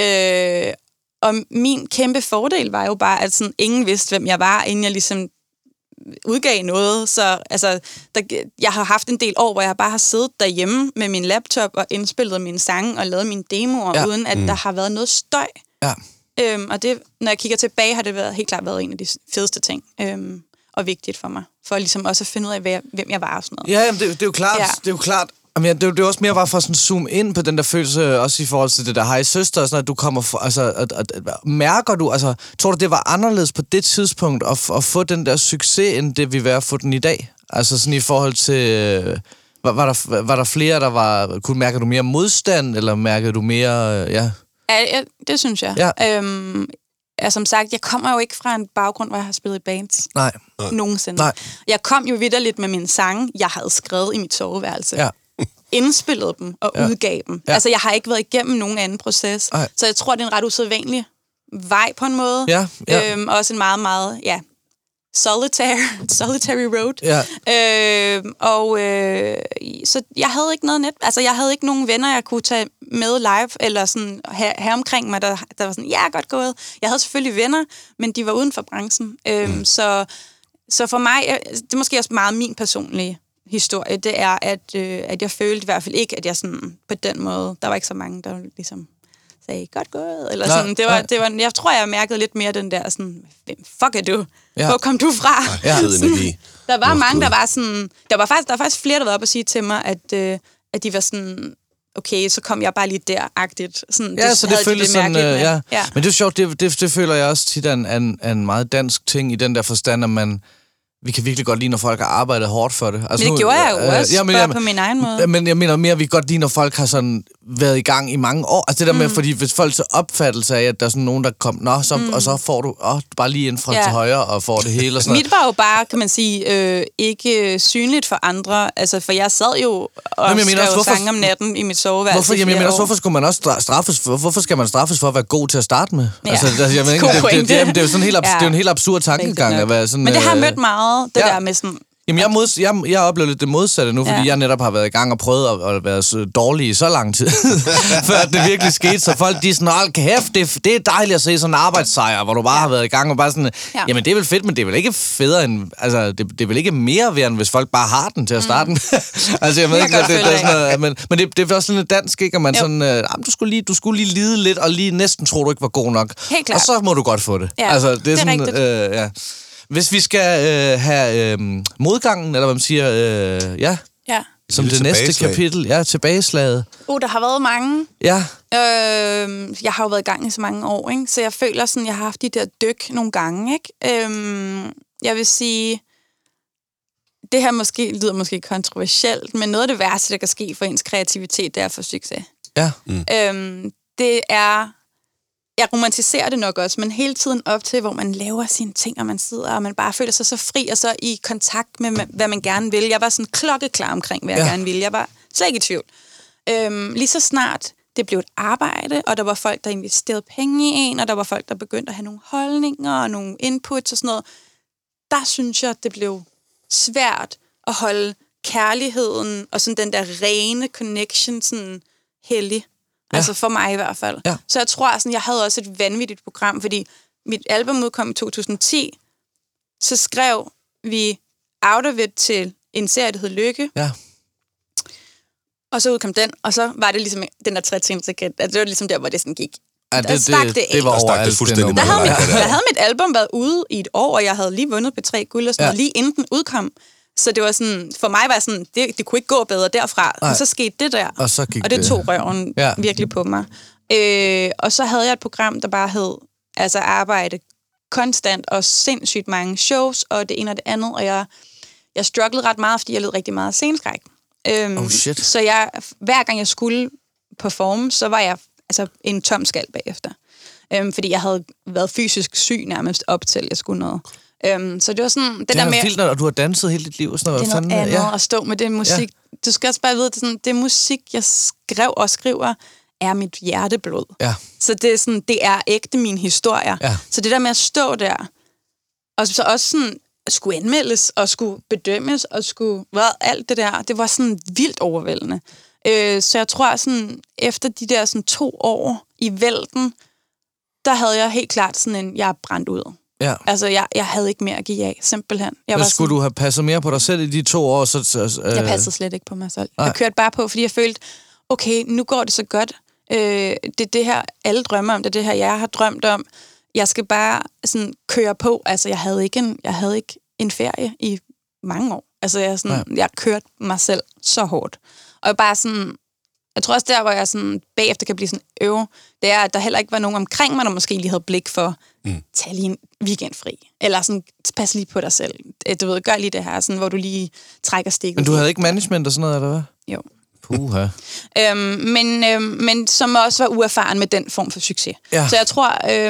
Og min kæmpe fordel var jo bare, at sådan, ingen vidste, hvem jeg var, inden jeg ligesom udgav noget. Så altså, jeg har haft en del år, hvor jeg bare har siddet derhjemme med min laptop og indspillet mine sange og lavet mine demoer, uden at der har været noget støj. Ja. Og det, når jeg kigger tilbage, har det helt klart været en af de fedeste ting. Og vigtigt for mig. For ligesom også at finde ud af, hvem jeg var og sådan noget. Ja, jamen, det er jo klart. Ja. Det er jo klart. Jamen, det er jo også mere bare for sådan zoome ind på den der følelse, også i forhold til det der hej søster, og sådan, at du kommer for, altså, mærker du, altså, tror du, det var anderledes på det tidspunkt at få den der succes, end det vi vil få den i dag? Altså sådan i forhold til, var der flere, kunne mærke du mere modstand, eller mærkede du mere, ja? Ja, det synes jeg. Ja. Som sagt, jeg kommer jo ikke fra en baggrund, hvor jeg har spillet i bands. Nej. Nogensinde. Nej. Jeg kom jo vitterligt med mine sange, jeg havde skrevet i mit soveværelse. Ja. Indspillede dem og udgav dem. Ja. Altså, jeg har ikke været igennem nogen anden proces. Ej. Så jeg tror, det er en ret usædvanlig vej på en måde. Ja. Også en meget, meget, solitary road. Ja. Så jeg havde ikke noget net. Altså, jeg havde ikke nogen venner, jeg kunne tage med live, eller sådan have omkring mig, der var sådan, ja, godt gået. Jeg havde selvfølgelig venner, men de var uden for branchen. Så for mig, det er måske også meget min personlige historie, det er, at jeg følte i hvert fald ikke, at jeg sådan, på den måde, der var ikke så mange, der ligesom sagde, godt gået, eller sådan. Det var, jeg tror, jeg mærkede lidt mere den der sådan, hvem fuck er du? Ja. Hvor kom du fra? Ja. Der var mange, der var sådan, der var faktisk flere, der var op og sige til mig, at de var sådan, okay, så kom jeg bare lige der-agtigt. Sådan, ja, så det føles sådan, ja. Men det er sjovt, det føler jeg også tit er en meget dansk ting, i den der forstand, at vi kan virkelig godt lide, når folk har arbejdet hårdt for det. Altså, men det gjorde jeg jo også, bare på min egen måde. Men jeg mener mere, at vi godt lide, når folk har sådan været i gang i mange år. Altså det der med, fordi hvis folk så opfattelse af, at der er sådan nogen, der kom, og så får du bare lige ind fra til højre, og får det hele og sådan noget. Mit var jo bare, kan man sige, ikke synligt for andre. Altså, for jeg sad jo og skrev sange om natten i mit soveværelse. Hvorfor skulle man også straffes? Hvorfor skal man straffes for at være god til at starte med? Ja. Altså, det er jo sådan en helt absurd tankegang at være sådan. Men det har jeg mødt meget. Det der med sådan... Jamen, jeg oplever lidt det modsatte nu, fordi jeg netop har været i gang og prøvet at være så dårlig i så lang tid, før det virkelig skete. Så folk, de er sådan, hold kæft, det er dejligt at se sådan en arbejdssejr, hvor du bare har været i gang og bare sådan, jamen det er vel fedt, men det er vel ikke federe end, altså det er vel ikke mere værd, end hvis folk bare har den til at starte med. Altså jeg ved ikke, det er sådan noget, men det er også sådan lidt dansk, ikke? Og man sådan, du skulle lige lide lidt, og lige næsten tror du ikke var god nok. Helt klart. Og så må du godt få det. Ja, altså, det er sådan, rigtigt. Hvis vi skal have modgangen, eller hvad man siger, som det næste kapitel, tilbageslaget. Der har været mange. Ja. Jeg har jo været i gang i så mange år, ikke? Så jeg føler sådan, jeg har haft de der dyk nogle gange, ikke? Jeg vil sige, det her lyder måske kontroversielt, men noget af det værste, der kan ske for ens kreativitet, det er at få succes. Ja. Det er... Jeg romantiserer det nok også, men hele tiden op til, hvor man laver sine ting, og man sidder, og man bare føler sig så fri, og så i kontakt med, hvad man gerne vil. Jeg var sådan klokkeklar omkring, hvad jeg gerne ville. Jeg var slet ikke i tvivl. Lige så snart det blev et arbejde, og der var folk, der investerede penge i en, og der var folk, der begyndte at have nogle holdninger, og nogle inputs og sådan noget, der synes jeg, det blev svært at holde kærligheden, og sådan den der rene connection, sådan hellig. Ja. Altså for mig i hvert fald. Ja. Så jeg tror, sådan, jeg havde også et vanvittigt program, fordi mit album udkom i 2010, så skrev vi Out of It til en serie, der hed Lykke. Ja. Og så udkom den, og så var det ligesom den der 3 timer sekund. Altså det var ligesom der, hvor det sådan gik. Ja, det var overalt. Fuldstændig. Der havde mit album været ude i et år, og jeg havde lige vundet P3 Guld og sådan noget, lige inden den udkom. Så det var sådan, for mig var sådan, det kunne ikke gå bedre derfra. Og så skete det der, og det tog røven virkelig på mig. Og så havde jeg et program, der bare hed, altså arbejde konstant, og sindssygt mange shows, og det ene og det andet, og jeg strugglede ret meget, fordi jeg led rigtig meget af sceneskræk. Så hver gang jeg skulle performe, så var jeg altså en tom skal bagefter. Fordi jeg havde været fysisk syg nærmest op til, jeg skulle noget. Så det var sådan... Det der med, vildt, og du har danset hele dit liv og sådan noget. Det er noget andet at stå med den musik. Ja. Du skal også bare vide, det musik, jeg skrev og skriver, er mit hjerteblod. Ja. Så det er sådan, det er ægte min historie. Ja. Så det der med at stå der, og så også sådan, skulle anmeldes, og skulle bedømmes, og skulle... alt det der, det var sådan vildt overvældende. Så jeg tror sådan, efter de der sådan 2 år i vælten, der havde jeg helt klart sådan jeg er brændt ud. Ja. Altså, jeg havde ikke mere at give af, simpelthen. Skulle du have passet mere på dig selv i de 2 år? Jeg passede slet ikke på mig selv. Jeg kørte bare på, fordi jeg følte, okay, nu går det så godt, Det er det her, alle drømmer om. Det er det her, jeg har drømt om. Jeg skal bare sådan køre på. Altså, jeg havde ikke en ferie i mange år. Altså, jeg kørte mig selv så hårdt. Og jeg bare sådan... Jeg tror også der, hvor jeg sådan bagefter kan blive sådan det er, at der heller ikke var nogen omkring mig, der måske lige havde blik for, tag lige en weekendfri. Eller sådan, pas lige på dig selv. Du ved, gør lige det her, sådan, hvor du lige trækker stikket. Men du havde ikke management og sådan noget, eller hvad? Jo. Puha. Men som også var uerfaren med den form for succes. Ja. Så jeg tror,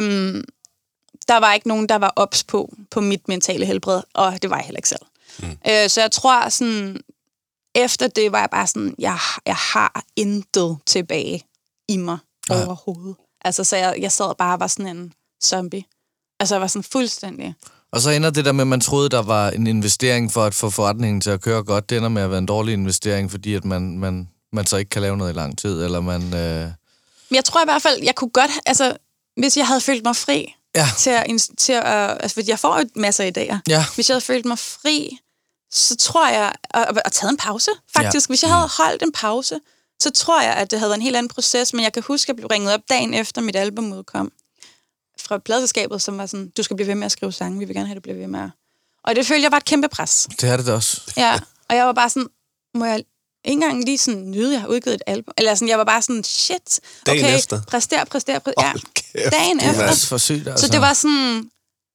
der var ikke nogen, der var ops på mit mentale helbred, og det var jeg heller ikke selv. Så jeg tror sådan... Efter det var jeg bare sådan, jeg har intet tilbage i mig overhovedet. Altså, så jeg sad bare og var sådan en zombie. Altså, jeg var sådan fuldstændig... Og så ender det der med, at man troede, der var en investering for at få forretningen til at køre godt. Det ender med at være en dårlig investering, fordi at man så ikke kan lave noget i lang tid, eller man... Men jeg tror i hvert fald, jeg kunne godt... Altså, hvis jeg havde følt mig fri til at... Altså, jeg får jo masser af idéer. Ja. Hvis jeg havde følt mig fri... så tror jeg, og taget en pause, faktisk. Ja. Hvis jeg havde holdt en pause, så tror jeg, at det havde været en helt anden proces, men jeg kan huske, at jeg blev ringet op dagen efter mit album udkom, fra pladeselskabet, som var sådan, du skal blive ved med at skrive sange, vi vil gerne have, at du bliver ved med at... Og det følte jeg var et kæmpe pres. Det er det også. Ja, og jeg var bare sådan, må jeg ikke engang lige sådan nyde, jeg har udgivet et album? Eller sådan, jeg var bare sådan, shit, okay, dagen efter. præster. Ja, dagen efter. Det er for sygt, altså. Så det var sådan,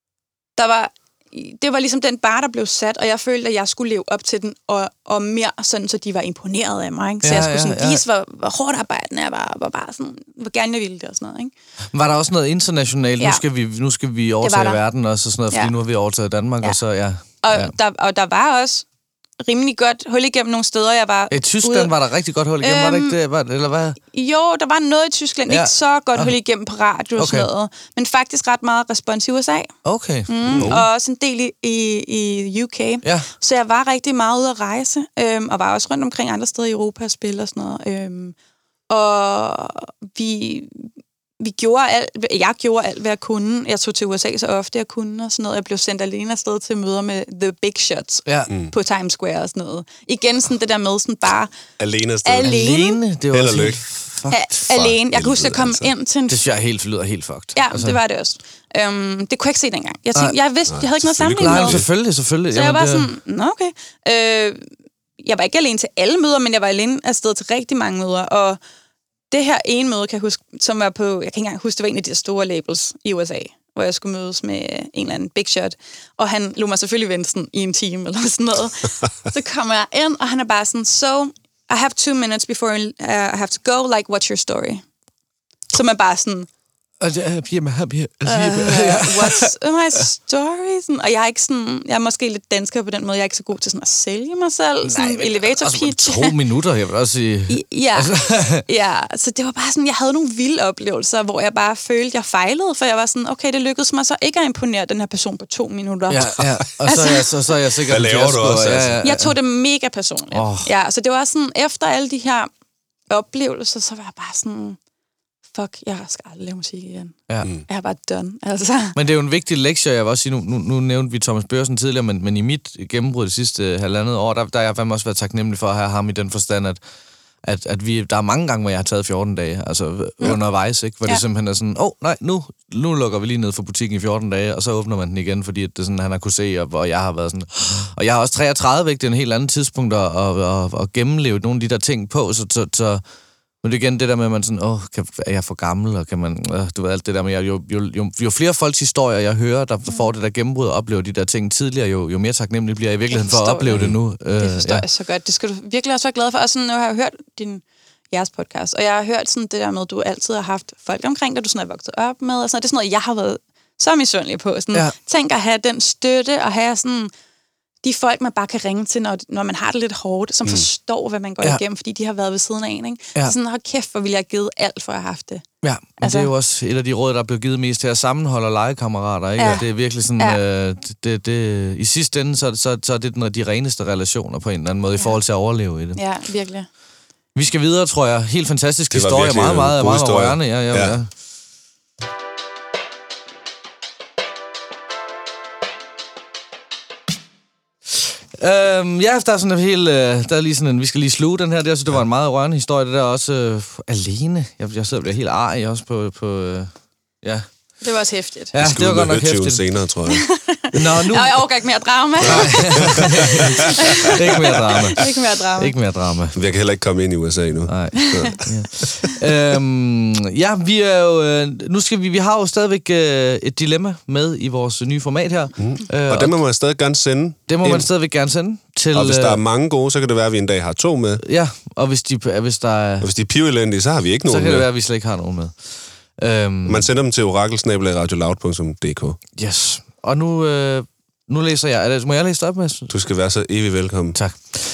det var ligesom den bar, der blev sat, og jeg følte, at jeg skulle leve op til den, og mere sådan, så de var imponeret af mig. Ikke? Så jeg skulle sådan vise, hvor hårdt arbejdende jeg var bare sådan, hvor gerne jeg ville det og sådan noget. Ikke? Var der også noget internationalt? Ja. Nu skal vi overtage verden også, og sådan noget, fordi nu har vi overtaget Danmark, og så, Og der var også rimelig godt hul igennem nogle steder, jeg var i Tyskland var der rigtig godt hul igennem, var det ikke det? Eller hvad? Jo, der var noget i Tyskland, ikke så godt hul igennem på radio og sådan noget, men faktisk ret meget respons i USA. Okay. Og også en del i UK. Ja. Så jeg var rigtig meget ude at rejse, og var også rundt omkring andre steder i Europa og spille og sådan noget. Og jeg gjorde alt, hvad jeg kunne. Jeg tog til USA så ofte, jeg kunne og sådan noget. Jeg blev sendt alene afsted til møder med The Big Shots på Times Square og sådan noget. Igen sådan det der med sådan bare... Alene afsted. Alene? Det var Held og lykke. Alene. Jeg kan huske, at jeg kom ind til en... Det synes jeg lyder helt fucked. Ja, altså. Det var det også. Det kunne jeg ikke se dengang. Jeg tænkte, jeg vidste, jeg havde ikke noget sammenligning med. Nej, selvfølgelig. Så jeg var sådan, okay. Jeg var ikke alene til alle møder, men jeg var alene afsted til rigtig mange møder, og det her ene møde, kan jeg huske, som var på, jeg kan ikke engang huske, det var en af de store labels i USA, hvor jeg skulle mødes med en eller anden big shot, og han lå mig selvfølgelig vente sådan i en time eller sådan noget. Så kommer jeg ind, og han er bare sådan, so, I have 2 minutes before I have to go, like, what's your story? Så man bare sådan, what's my story? Sådan, og jeg er ikke sådan, jeg er måske lidt dansker på den måde, jeg er ikke så god til sådan at sælge mig selv, sådan elevator pitch. 2 minutter, jeg vil også sige. Ja, så det var bare sådan, jeg havde nogle vilde oplevelser, hvor jeg bare følte, jeg fejlede, for jeg var sådan, okay, det lykkedes mig så ikke at imponere den her person på 2 minutter. Ja, og så er jeg sikkert... Hvad laver du også? Jeg tog det mega personligt. Ja, så det var sådan, efter alle de her oplevelser, så var jeg bare sådan... Fuck, jeg skal aldrig lave musik igen. Ja. Jeg er bare done. Altså. Men det er jo en vigtig lektie, jeg vil også sige. Nu nævnte vi Thomas Børsen tidligere, men i mit gennembrud det sidste 1,5 år, der har jeg fandme også været taknemmelig for at have ham i den forstand, at der er mange gange, hvor jeg har taget 14 dage, altså undervejs, ikke? Hvor det simpelthen er sådan, nej, nu lukker vi lige ned for butikken i 14 dage, og så åbner man den igen, fordi det er sådan, han har kunne se, og jeg har været sådan... Og jeg har også 33, ikke? Det er en helt anden tidspunkt at gennemleve nogle af de der ting på, så men det er igen det der med, at man sådan, er jeg for gammel, og kan man, du ved alt det der med, jo flere folks historier, jeg hører, der får det der gennembrud og oplever de der ting tidligere, jo mere taknemmelig bliver jeg i virkeligheden for at opleve det nu. Det forstår jeg så godt. Det skal du virkelig også være glad for. Og sådan, nu har jeg hørt jeres podcast, og jeg har hørt sådan det der med, at du altid har haft folk omkring dig, du sådan er vokset op med, og sådan, det er sådan noget, jeg har været så misundelig på. Sådan, tænk at have den støtte, og have sådan... De folk, man bare kan ringe til, når man har det lidt hårdt, som forstår, hvad man går igennem, fordi de har været ved siden af en, ikke? Så sådan, hold kæft, hvor ville jeg have givet alt, for at have haft det. Ja, men det er jo også et af de råd, der er blevet givet mest til at sammenholde og legekammerater, ikke? Ja. Og det er virkelig sådan, i sidste ende, så er det de reneste relationer på en eller anden måde, i forhold til at overleve i det. Ja, virkelig. Vi skal videre, tror jeg. Helt fantastisk historie, meget rørende. Ja. Ja, der er sådan en helt... der er lige sådan en... Vi skal lige sluge den her. Det var en meget rørende historie. Det der også alene. Jeg sidder og bliver helt arg også på ja. Det var også hæftigt. Ja, det var godt nok hæftigt. Senere, tror jeg. Nå, nu... Jeg overgår ikke mere drama. Ikke mere drama. Ikke mere drama. Jeg kan heller ikke komme ind i USA endnu. Nej. Ja, vi er jo... Nu skal vi har jo stadigvæk et dilemma med i vores nye format her. Og det må man stadig gerne sende. Det må man stadigvæk gerne sende. Til, og hvis der er mange gode, så kan det være, at vi en dag har 2 med. Ja, og hvis de er... Og hvis de er pivelendige, så har vi ikke nogen med. Så kan det være, at vi slet ikke har nogen med. Man sender dem til orakelsnabel@radioloud.dk. Yes. Og nu læser jeg. Må jeg læse op, Mads? Du skal være så evig velkommen. Tak.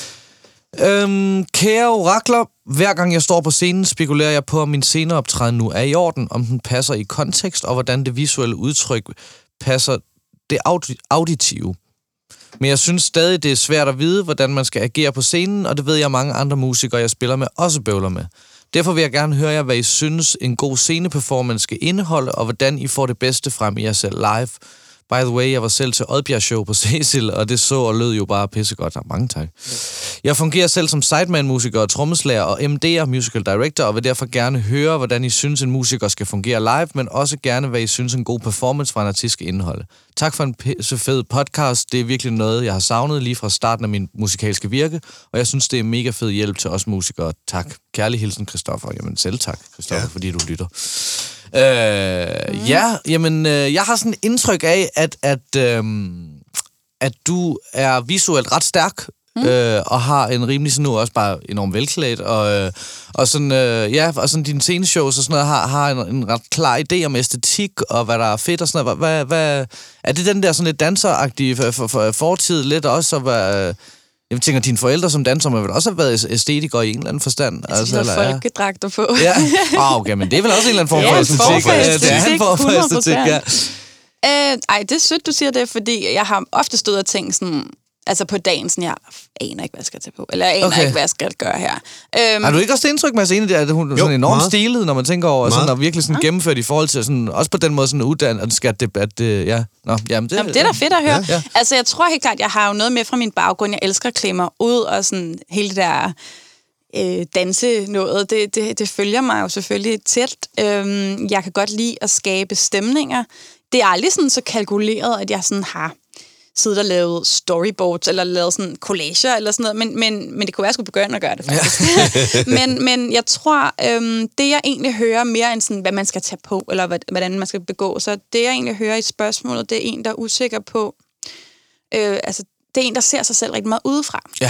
Kære orakler, hver gang jeg står på scenen, spekulerer jeg på, om min sceneoptræden nu er i orden, om den passer i kontekst, og hvordan det visuelle udtryk passer det auditive. Men jeg synes stadig, det er svært at vide, hvordan man skal agere på scenen, og det ved jeg mange andre musikere, jeg spiller med, også bøvler med. Derfor vil jeg gerne høre jer, hvad I synes, en god sceneperformance skal indeholde, og hvordan I får det bedste frem i jer selv live. By the way, jeg var selv til Oddbjerg Show på Cecil, og det så og lød jo bare pissegodt. Mange tak. Jeg fungerer selv som sideman-musiker og trommeslager og MD'er, musical director, og vil derfor gerne høre, hvordan I synes, en musiker skal fungere live, men også gerne, hvad I synes, en god performance fra en artist skal indeholde. Tak for en fed podcast. Det er virkelig noget, jeg har savnet lige fra starten af min musikalske virke, og jeg synes, det er mega fed hjælp til os musikere. Tak. Kærlig hilsen, Christoffer. Jamen selv tak, Christoffer, fordi du lytter. Ja, jamen, jeg har sådan et indtryk af, at du er visuelt ret stærk, og har en rimelig sådan nu også bare enormt velklædt, og sådan, ja, og sådan dine sceneshows og sådan noget har en ret klar idé om æstetik, og hvad der er fedt og sådan noget. Hvad er det den der sådan lidt danseragtige fortid lidt også, og jeg tænker, dine forældre som danser må vel også have været æstetikere i en eller anden forstand. Altså, de har folkedragter på. Ja, okay, men det er vel også en eller anden form for æstetik. Det er en form for æstetik, ja. Ej, det er sødt, du siger det, fordi jeg har ofte stået og tænkt sådan, altså på dagen, sådan, jeg aner ikke, hvad jeg skal tage på, eller jeg aner ikke, hvad jeg skal gøre her. Har du ikke også det indtryk med at se at hun er sådan enormt stilet, når man tænker over, sådan, og virkelig sådan gennemført i forhold til, sådan, også på den måde sådan uddannet, og skal ja. Nå, jamen, det er da fedt at høre. Ja. Altså, jeg tror helt klart, jeg har jo noget med fra min baggrund. Jeg elsker at klæde mig ud, og sådan hele det der danse noget, det følger mig jo selvfølgelig tæt. Jeg kan godt lide at skabe stemninger. Det er aldrig sådan så kalkuleret, at jeg sådan har siddet og lavet storyboards, eller lavet sådan collager, eller sådan noget, men det kunne være, at jeg skulle begynde at gøre det, faktisk. Ja. men jeg tror, det jeg egentlig hører mere end sådan, hvad man skal tage på, eller hvordan man skal begå, så det jeg egentlig hører i spørgsmålet, det er en, der er usikker på, altså det er en, der ser sig selv rigtig meget udefra. Ja.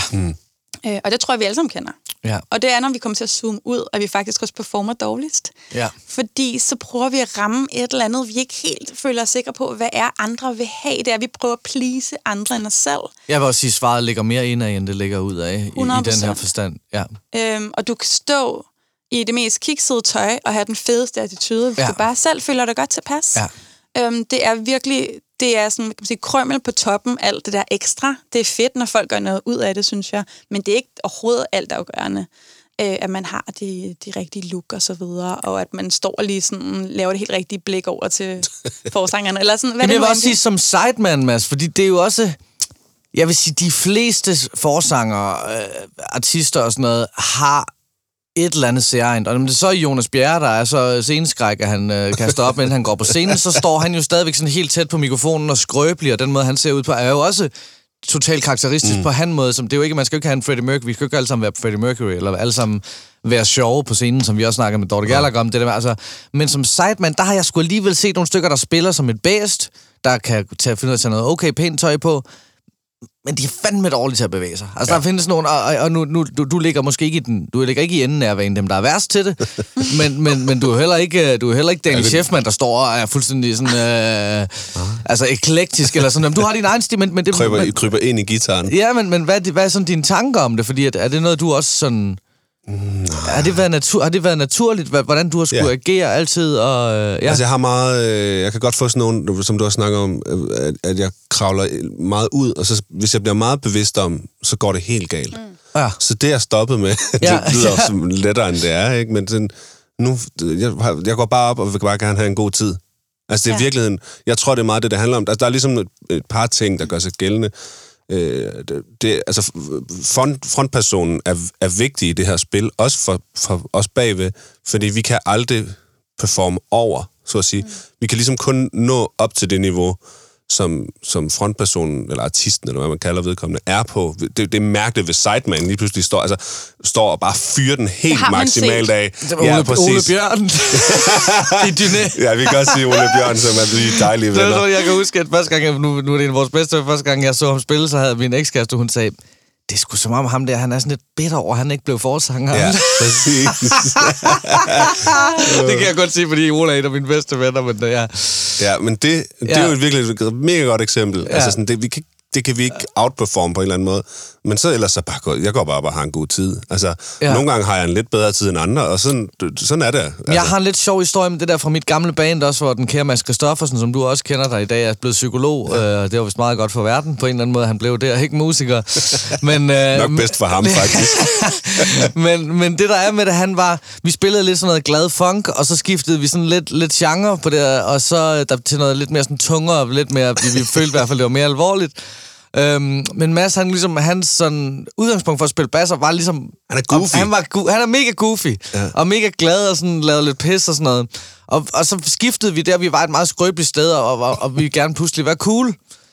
Og det tror jeg, vi alle sammen kender. Ja. Og det er, når vi kommer til at zoome ud, at vi faktisk også performer dårligst. Ja. Fordi så prøver vi at ramme et eller andet, vi ikke helt føler os sikre på, hvad er andre vil have. Det er, at vi prøver at please andre end os selv. Jeg vil også sige, at svaret ligger mere indad, end det ligger ud af i den her forstand. Ja. Og du kan stå i det mest kiksede tøj og have den fedeste attitude, hvis du bare selv føler dig godt tilpas. Ja. Det er virkelig... Det er sådan, kan man sige, krømmel på toppen, alt det der ekstra. Det er fedt, når folk gør noget ud af det, synes jeg. Men det er ikke overhovedet alt afgørende, at man har de rigtige look og så videre, og at man står lige sådan, laver det helt rigtige blik over til forsangerne, eller sådan. Hvad jeg vil også sige som sideman, Mads, fordi det er jo også... Jeg vil sige, de fleste forsanger, artister og sådan noget, har et eller andet særligt. Og når det så er Jonas Bjerre, der er så sceneskræk, at han kaster op, mens han går på scenen, så står han jo stadigvæk sådan helt tæt på mikrofonen og skrøbelig, og den måde, han ser ud på, er jo også totalt karakteristisk på han måde. Som, det er jo ikke, man skal jo ikke have en Freddie Mercury, vi skal jo ikke alle sammen være Freddie Mercury, eller alle sammen være sjove på scenen, som vi også snakker med Dorte Gallagher om. Det der, altså, men som sideman, der har jeg sgu alligevel set nogle stykker, der spiller som et bæst, der kan finde ud af at tage noget okay pænt tøj på, men de er fandme dårlige til at bevæge sig. Altså, der findes nogen, og nu du ligger måske ikke du ligger ikke i enden af at være en af dem, der er værst til det, men du er heller ikke Daniel Schiffman, der står og er fuldstændig sådan, altså eklektisk eller sådan. Du har din egen stil, men det... Kryber ind i gitaren. Ja, men hvad er sådan dine tanker om det? Fordi er det noget, du også sådan... Har det været naturligt, hvordan du har skulle agere altid? Og, Altså, jeg har meget... jeg kan godt få sådan nogle, som du også snakker om, at jeg kravler meget ud, og så hvis jeg bliver meget bevidst om, så går det helt galt. Ja. Så det er stoppet med. Det lyder også lettere, end det er, ikke? Men sådan, nu, jeg går bare op og vil bare gerne have en god tid. Altså, det er virkeligheden... Jeg tror, det er meget det handler om. Altså, der er ligesom et par ting, der gør sig gældende. altså frontpersonen er vigtig i det her spil, også for os bagved, fordi vi kan aldrig performe over, så at sige. Vi kan ligesom kun nå op til det niveau, som frontpersonen, eller artisten, eller hvad man kalder vedkommende, er på. Det er mærkeligt, hvis sideman lige pludselig står og bare fyrer den helt maksimalt af. Det var Ole Bjørn. I Dyné. Ja, vi kan også sige Ole Bjørn, som er lige dejlige venner. Jeg kan huske, at første gang, nu er det en af vores bedste, første gang jeg så ham spille, så havde min ekskæreste, hun sagde, det er sgu som om ham der, han er sådan lidt bitter over, at han ikke blev forsanger. Ja, præcis. Det kan jeg godt sige, fordi Ole er en af mine bedste venner, men ja. Ja, men det er jo virkelig et mega godt eksempel. Ja. Altså sådan, det kan vi ikke outperforme på en eller anden måde. Men så ellers så bare jeg går bare og har en god tid. Altså, nogle gange har jeg en lidt bedre tid end andre, og sådan er det. Altså. Jeg har en lidt sjov historie med det der fra mit gamle band også, hvor den kære Mads Christoffersen, som du også kender dig i dag, er blevet psykolog. Det var vist meget godt for verden. På en eller anden måde, han blev der, ikke musiker. Men, nok bedst for ham, faktisk. men det der er med det, vi spillede lidt sådan noget glad funk, og så skiftede vi sådan lidt genre på det, og så der til noget lidt mere sådan tungere, lidt mere, vi følte i hvert fald, det var mere alvorligt. Men Mads, hans sådan udgangspunkt for at spille basser var ligesom... Han er goofy. Han er mega goofy, og mega glad og sådan lavede lidt pis og sådan noget. Og så skiftede vi der, vi var et meget skrøbeligt sted, og vi ville gerne pludselig være cool.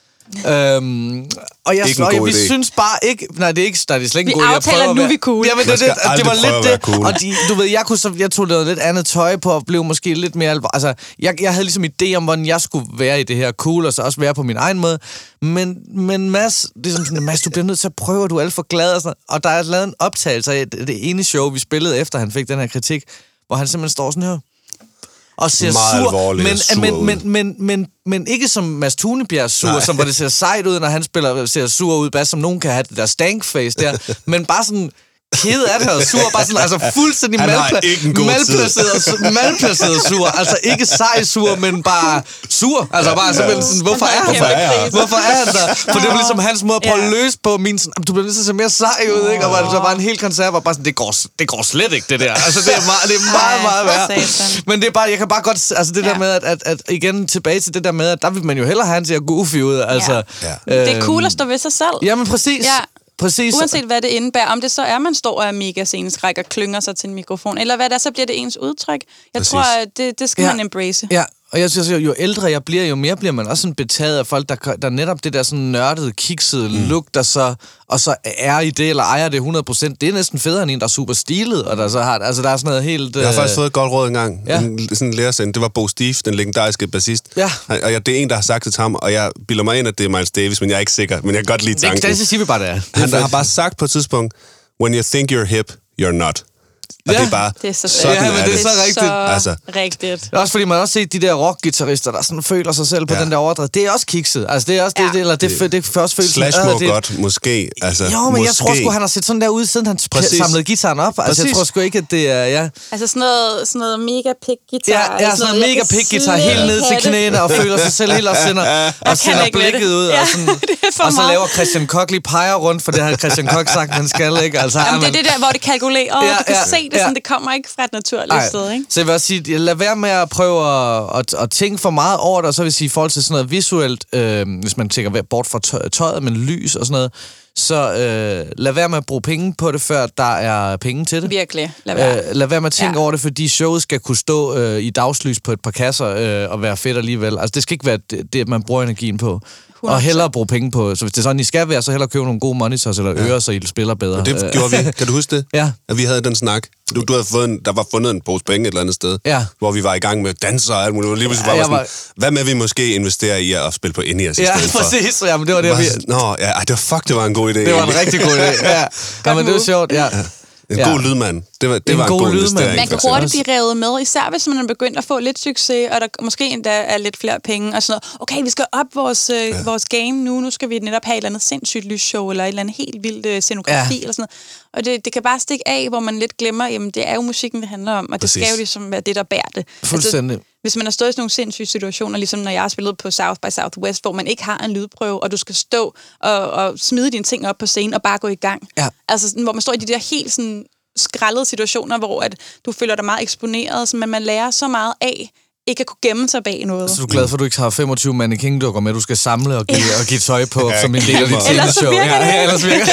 Og vi synes bare ikke... Nej, det er slet ikke en god idé. Vi aftaler, nu vi cool. Jamen, det var lidt det. Cool. Og du ved, jeg tog noget lidt andet tøj på, og blev måske lidt mere alvor. Altså, jeg havde ligesom idé om, hvordan jeg skulle være i det her cool, og så også være på min egen måde. Men Mads, ligesom sådan, Mads, du bliver nødt til at prøve, du er alt for glad og sådan. Og der er lavet en optagelse af det ene show, vi spillede efter, han fik den her kritik, hvor han simpelthen står sådan her og ser sur, men ikke som Mads Thunebjerg sur, som hvor det ser sejt ud, når han ser sur ud, bare som nogen kan have det der stankface der, men bare sådan ked af det og sur, bare sådan, altså fuldstændig malplaceret sur, altså ikke sej sur, men bare sur, altså bare simpelthen sådan, hvorfor er han der? For det var ligesom hans måde at prøve at løse på min sådan, du bliver nødt til at se mere sej ud, ikke? Og der var en hel koncert, og bare sådan, det går slet ikke, det der. Altså det er meget værd. Men det er bare, jeg kan bare godt, altså det der med, at igen tilbage til det der med, at der vil man jo hellere have han til at goofy ud, altså. Det er cool at stå ved sig selv. Jamen præcis. Præcis. Uanset hvad det indebærer, om det så er, man står og er mega sceneskræk og klynger sig til en mikrofon, eller hvad der så bliver det ens udtryk. Jeg tror, at det skal man embrace. Ja, og jeg synes, jo ældre jeg bliver, jo mere bliver man også sådan betaget af folk, der netop det der sådan nørdede, kiksede look, der så er i det, eller ejer det 100%. Det er næsten federe end en, der er super stilet, og der så har, altså der er sådan noget helt... Jeg har faktisk fået et godt råd engang. Sådan en lærersend. Det var Bo Steve, den legendariske bassist. Ja. Og det er en, der har sagt det til ham, og jeg bilder mig ind, at det er Miles Davis, men jeg er ikke sikker. Men jeg kan godt lide tanken. Det siger vi bare, det er. Han har bare sagt på et tidspunkt, when you think you're hip, you're not. Og det er bare det er så sådan, men det er så rigtigt. Altså. Rigtigt. Også fordi man også set de der rockguitarister, der sådan føler sig selv på den der overdrev. Det er også kikset. Altså det er også det, eller det først føles Slash må godt, måske. Altså, jo, men jeg tror sgu, han har set sådan der ud, siden han samlede guitaren op. Altså jeg tror sgu ikke, at det er, Altså sådan noget mega pick-guitar. Ja, sådan noget mega pick-guitar helt ned til knæene, og føler sig selv helt og sender blikket ud. Og så laver Christian Koch lige peger rundt, for det har Christian Koch sagt, han skal ikke. Altså, jamen, det er det der, hvor det kalkulerer. Du kan se det, sådan, det kommer ikke fra et naturligt sted, ikke? Så jeg vil også sige, lad være med at prøve at tænke for meget over det, og så vil jeg sige, i forhold til sådan noget visuelt, hvis man tænker bort fra tøjet, men lys og sådan noget, så lad være med at bruge penge på det, før der er penge til det. Virkelig. Lad være med at tænke over det, fordi showet skal kunne stå i dagslys på et par kasser og være fedt alligevel. Altså, det skal ikke være det, man bruger energien på. 100%. Og hellere bruge penge på. Så hvis det er sådan, I skal være, så hellere købe nogle gode monitors eller ører, så I spiller bedre. Og det gjorde vi. Kan du huske det? Ja. At vi havde den snak. Du havde fået der var fundet en pose penge et eller andet sted, hvor vi var i gang med danser og alt muligt. Lige pludselig var sådan, hvad med vi måske investere i at spille på in-ears i stedet for? Ja, præcis. Ja, men det var det, det var en god idé. Det var en rigtig god idé. Ja, men det var sjovt, En god lydmand. Det var en god investering. Man kan hurtigt blive revet med, især hvis man er begyndt at få lidt succes, og der måske endda er lidt flere penge, og sådan noget. Okay, vi skal op vores game nu. Nu skal vi netop have et eller andet sindssygt lysshow, eller et eller andet helt vildt scenografi, eller sådan noget. Og det kan bare stikke af, hvor man lidt glemmer, jamen det er jo musikken, det handler om, og det skal jo ligesom være det, der bærer det. Fuldstændig. Altså, hvis man har stået i sådan nogle sindssyge situationer, ligesom når jeg har spillet på South by Southwest, hvor man ikke har en lydprøve, og du skal stå og smide dine ting op på scenen og bare gå i gang. Ja. Altså, sådan, hvor man står i de der helt sådan skraldede situationer, hvor at du føler dig meget eksponeret, men man lærer så meget af ikke at kunne gemme sig bag noget. Så du er glad for, at du ikke har 25 mannequin-dukker med, du skal samle og give tøj på som en del af dit Ellers show. virker det. Ellers virker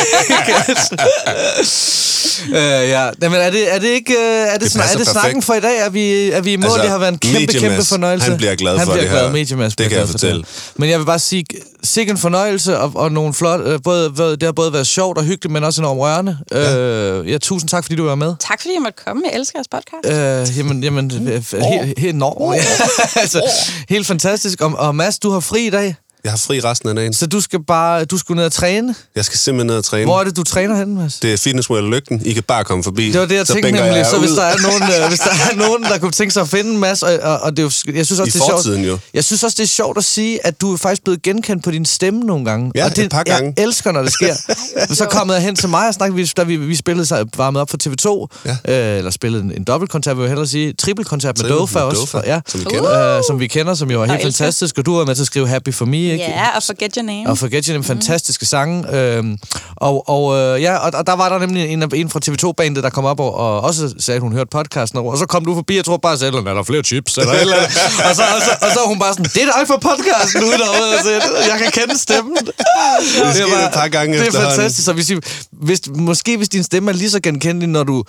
ja. Jamen, er det ikke er det snakken for i dag? Er vi i mål? Altså, det har været en kæmpe fornøjelse. Han bliver glad for det her. Mediemads det kan jeg fortælle. Men jeg vil bare sige, sikke en fornøjelse og nogle flot. Det har både været sjovt og hyggeligt, men også enormt rørende. Ja, tusind tak, fordi du var med. Tak, fordi jeg måtte komme. Jeg elsker jeres podcast. Helt enormt. Altså, helt fantastisk. Og Mads, du har fri i dag. Jeg har fri resten af dagen. Så du skal ned og træne? Jeg skal simpelthen ned og træne. Hvor er det, du træner henne, Mads? Det er Fitness World Lygten. I kan bare komme forbi. Det var det, jeg tænkte nemlig. Så hvis der er nogen, der kunne tænke sig at finde Mads, og det er jo, jeg synes også, det er sjovt. Jo. Jeg synes også, det er sjovt at sige, at du er faktisk blevet genkendt på din stemme nogle gange. Ja, og det, et par gange. Jeg elsker, når det sker. Så kom jeg hen til mig og snakkede, da vi spillede sig varmet op for TV2, eller spillede en dobbeltkoncert, vil jeg hellere sige, trippelkoncert med Dofa også. Ja, som vi kender, som jo er helt fantastisk. Og du var med til at skrive Happy For Me, ikke? Ja, og Forget Your Name. Og Forget Your Name, fantastiske sange. Og der var der nemlig en fra TV2-bandet, der kom op og også sagde, at hun hørte podcasten. Og så kom du forbi, jeg tror bare selv, er der flere chips? Eller et eller andet. og så var hun bare sådan, det er dig for podcasten ude derude. Altså, jeg kan kende stemmen. Det er et par gange det er fantastisk. Så hvis din stemme er lige så genkendelig, når du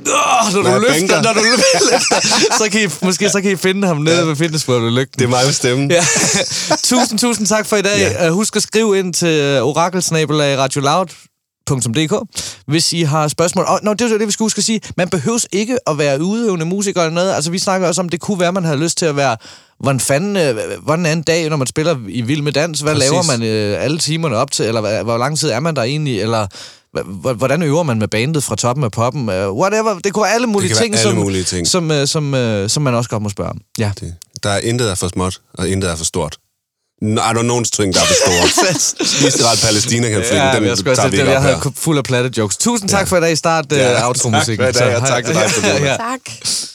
løfter, så kan I finde ham nede ved Fitness World Lygten. Det er mig med stemmen. Ja. Tusind tak for i dag. Ja. Husk at skrive ind til orakelsnabelag.radioloud.dk, hvis I har spørgsmål. Det er det, vi skal huske at sige. Man behøves ikke at være udøvende musiker eller noget. Altså, vi snakker også om, det kunne være, man har lyst til at være... Hvordan er en dag, når man spiller i Vild Med Dans? Hvad laver man alle timerne op til? Eller hvor lang tid er man der egentlig? Eller... Hvordan øver man med bandet fra toppen af poppen? Whatever. Det kunne være alle mulige ting, som man også godt må spørge om. Ja. Der er intet der er for småt, og intet der er for stort. Er der nogen ting, der er for store? Israel-Palæstina kan flytte, jeg har fuld af platte jokes. Tusind tak for i dag. Start outro-musikken. Tak for i dag, og tak til dig for det. Tak.